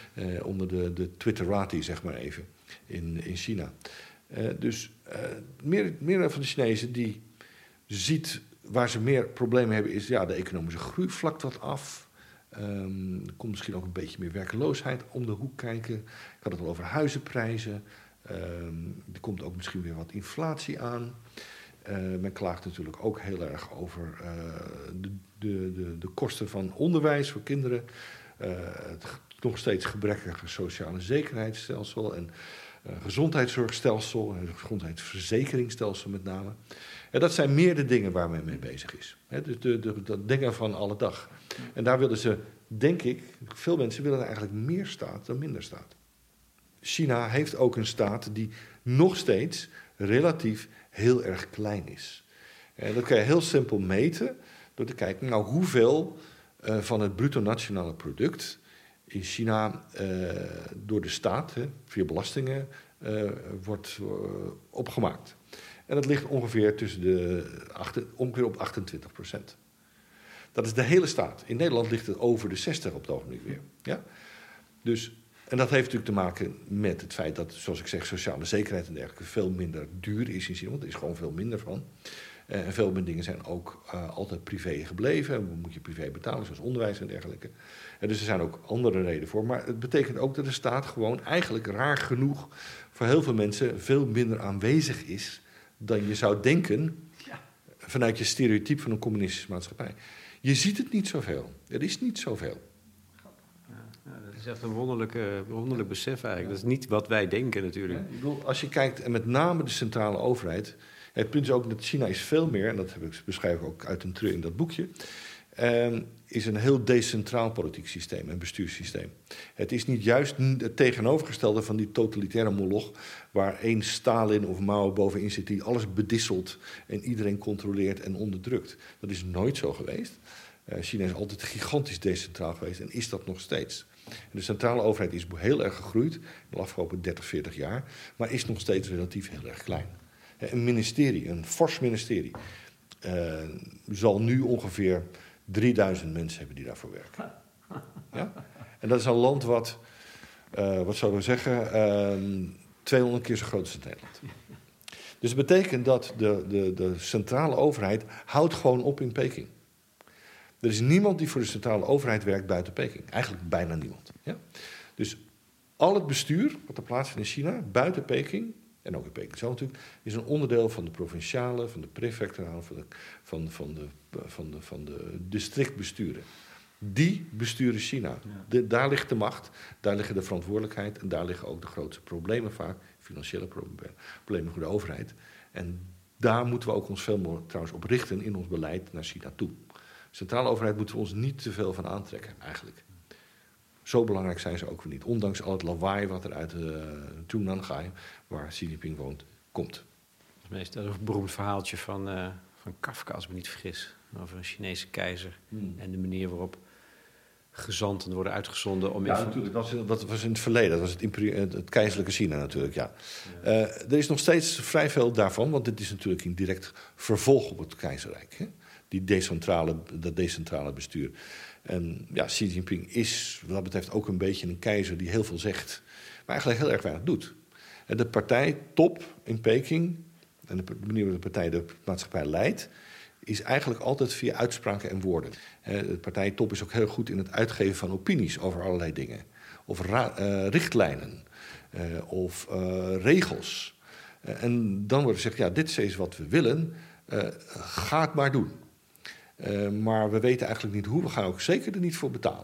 de Twitterati, zeg maar even, in China. Dus meer van de Chinezen die ziet waar ze meer problemen hebben is, ja, de economische groei vlakt wat af. Er komt misschien ook een beetje meer werkeloosheid om de hoek kijken. Ik had het al over huizenprijzen. Er komt ook misschien weer wat inflatie aan. Men klaagt natuurlijk ook heel erg over de kosten van onderwijs voor kinderen. Het nog steeds gebrekkige sociale zekerheidsstelsel en gezondheidszorgstelsel en gezondheidsverzekeringsstelsel met name. En dat zijn meer de dingen waar men mee bezig is. Dus de dingen van alle dag. En daar willen ze, denk ik, veel mensen willen er eigenlijk meer staat dan minder staat. China heeft ook een staat die nog steeds relatief heel erg klein is. En dat kan je heel simpel meten door te kijken, nou, hoeveel van het bruto nationale product in China door de staat, via belastingen, wordt opgemaakt. En dat ligt ongeveer ongeveer op 28%. Dat is de hele staat. In Nederland ligt het over de 60 op het ogenblik weer. Ja? Dus, en dat heeft natuurlijk te maken met het feit dat, zoals ik zeg, sociale zekerheid en dergelijke veel minder duur is in China. Want er is gewoon veel minder van. En veel meer dingen zijn ook altijd privé gebleven. En moet je privé betalen, zoals onderwijs en dergelijke. En dus er zijn ook andere redenen voor. Maar het betekent ook dat de staat gewoon eigenlijk raar genoeg voor heel veel mensen veel minder aanwezig is dan je zou denken vanuit je stereotype van een communistische maatschappij. Je ziet het niet zoveel. Er is niet zoveel. Ja, dat is echt een wonderlijk besef eigenlijk. Dat is niet wat wij denken natuurlijk. Ja, ik bedoel, als je kijkt, en met name de centrale overheid. Het punt is ook dat China is veel meer, en dat beschrijf ik ook uit een treur in dat boekje, is een heel decentraal politiek systeem en bestuurssysteem. Het is niet juist het tegenovergestelde van die totalitaire moloch, waar één Stalin of Mao bovenin zit die alles bedisselt en iedereen controleert en onderdrukt. Dat is nooit zo geweest. China is altijd gigantisch decentraal geweest en is dat nog steeds. En de centrale overheid is heel erg gegroeid in de afgelopen 30, 40 jaar, maar is nog steeds relatief heel erg klein. Een ministerie, een fors ministerie, zal nu ongeveer 3000 mensen hebben die daarvoor werken. Ja? En dat is een land wat zouden we zeggen, 200 keer zo groot is als Nederland. Dus dat betekent dat de centrale overheid houdt gewoon op in Peking. Er is niemand die voor de centrale overheid werkt buiten Peking. Eigenlijk bijna niemand. Ja? Dus al het bestuur wat er plaatsvindt in China, buiten Peking, en ook in Peking zelf natuurlijk, is een onderdeel van de provinciale, van de prefecturale, van de districtbesturen. Die besturen China. Ja. Daar ligt de macht, daar liggen de verantwoordelijkheid en daar liggen ook de grootste problemen vaak, financiële problemen voor de overheid. En daar moeten we ook ons veel meer trouwens op richten in ons beleid naar China toe. De centrale overheid moeten we ons niet te veel van aantrekken, eigenlijk. Zo belangrijk zijn ze ook weer niet. Ondanks al het lawaai wat er uit Zhongnangai, waar Xi Jinping woont, komt. Dat is een beroemd verhaaltje van Kafka, als ik me niet vergis. Over een Chinese keizer. En de manier waarop gezanten worden uitgezonden om... Ja, natuurlijk. Dat was in het verleden. Dat was het keizerlijke China natuurlijk, ja. Er is nog steeds vrij veel daarvan, want dit is natuurlijk een direct vervolg op het keizerrijk. Hè? Dat decentrale bestuur. En ja, Xi Jinping is wat dat betreft ook een beetje een keizer die heel veel zegt, maar eigenlijk heel erg weinig doet. En de partij top in Peking, en de manier waarop de partij de maatschappij leidt, is eigenlijk altijd via uitspraken en woorden. De partij top is ook heel goed in het uitgeven van opinies over allerlei dingen. Of richtlijnen, of regels. En dan wordt gezegd, ja, dit is wat we willen, ga het maar doen. Maar we weten eigenlijk niet hoe. We gaan ook zeker er niet voor betalen.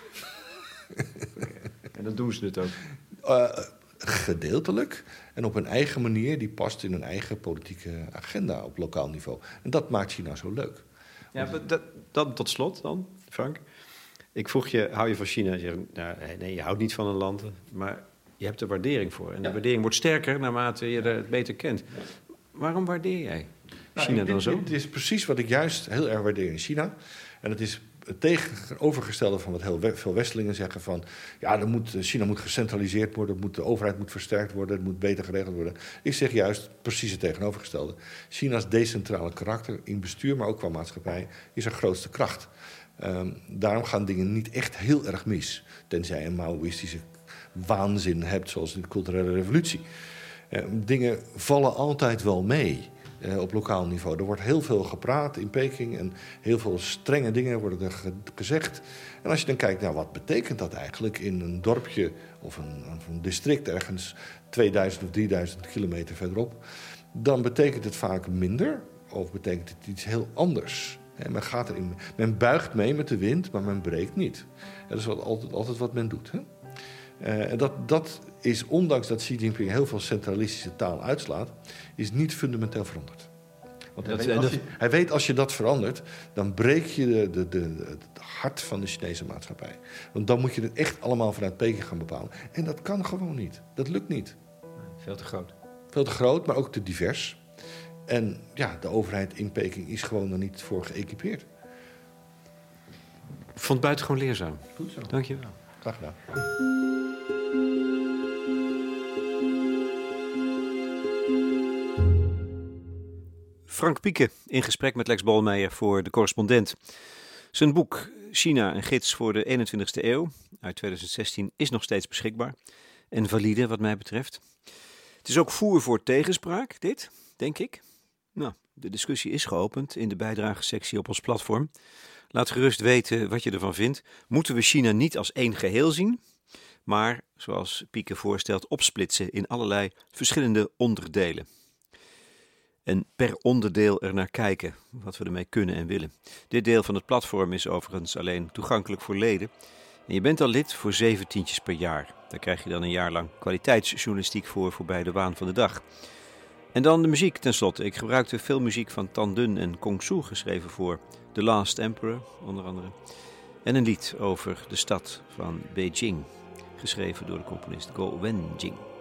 En dan doen ze het ook? Gedeeltelijk. En op een eigen manier die past in hun eigen politieke agenda op lokaal niveau. En dat maakt China zo leuk. Ja, dat tot slot dan, Frank. Ik vroeg je, hou je van China? Je zegt, nou, nee, je houdt niet van een land. Maar je hebt er waardering voor. En de waardering wordt sterker naarmate je het beter kent. Waarom waardeer jij China dan zo? Het is precies wat ik juist heel erg waardeer in China. En het is het tegenovergestelde van wat heel veel Westelingen zeggen van... ja, China moet gecentraliseerd worden, de overheid moet versterkt worden, het moet beter geregeld worden. Ik zeg juist precies het tegenovergestelde. China's decentrale karakter in bestuur, maar ook qua maatschappij, is haar grootste kracht. Daarom gaan dingen niet echt heel erg mis. Tenzij je een Maoïstische waanzin hebt, zoals de culturele revolutie. Dingen vallen altijd wel mee. Op lokaal niveau. Er wordt heel veel gepraat in Peking en heel veel strenge dingen worden er gezegd. En als je dan kijkt, nou, wat betekent dat eigenlijk in een dorpje of een district ergens 2000 of 3000 kilometer verderop, dan betekent het vaak minder of betekent het iets heel anders. Men buigt mee met de wind, maar men breekt niet. Dat is altijd wat men doet. Hè? En dat is, ondanks dat Xi Jinping heel veel centralistische taal uitslaat, is niet fundamenteel veranderd. Want hij weet als je dat verandert, dan breek je het hart van de Chinese maatschappij. Want dan moet je het echt allemaal vanuit Peking gaan bepalen. En dat kan gewoon niet. Dat lukt niet. Veel te groot. Veel te groot, maar ook te divers. En ja, de overheid in Peking is gewoon er niet voor geëquipeerd. Ik vond het buitengewoon leerzaam. Goed zo. Dank je wel. Graag gedaan. Frank Pieke in gesprek met Lex Bolmeijer voor De Correspondent. Zijn boek China, een gids voor de 21ste eeuw uit 2016 is nog steeds beschikbaar. En valide wat mij betreft. Het is ook voer voor tegenspraak, dit, denk ik. Nou, de discussie is geopend in de bijdragesectie op ons platform. Laat gerust weten wat je ervan vindt. Moeten we China niet als één geheel zien? maar, zoals Pieke voorstelt, opsplitsen in allerlei verschillende onderdelen. En per onderdeel er naar kijken, wat we ermee kunnen en willen. Dit deel van het platform is overigens alleen toegankelijk voor leden. En je bent al lid voor 7 tientjes per jaar. Daar krijg je dan een jaar lang kwaliteitsjournalistiek voorbij de waan van de dag. En dan de muziek tenslotte. Ik gebruikte veel muziek van Tan Dun en Kong Su, geschreven voor The Last Emperor, onder andere. En een lied over de stad van Beijing, geschreven door de componist Go Wenjing.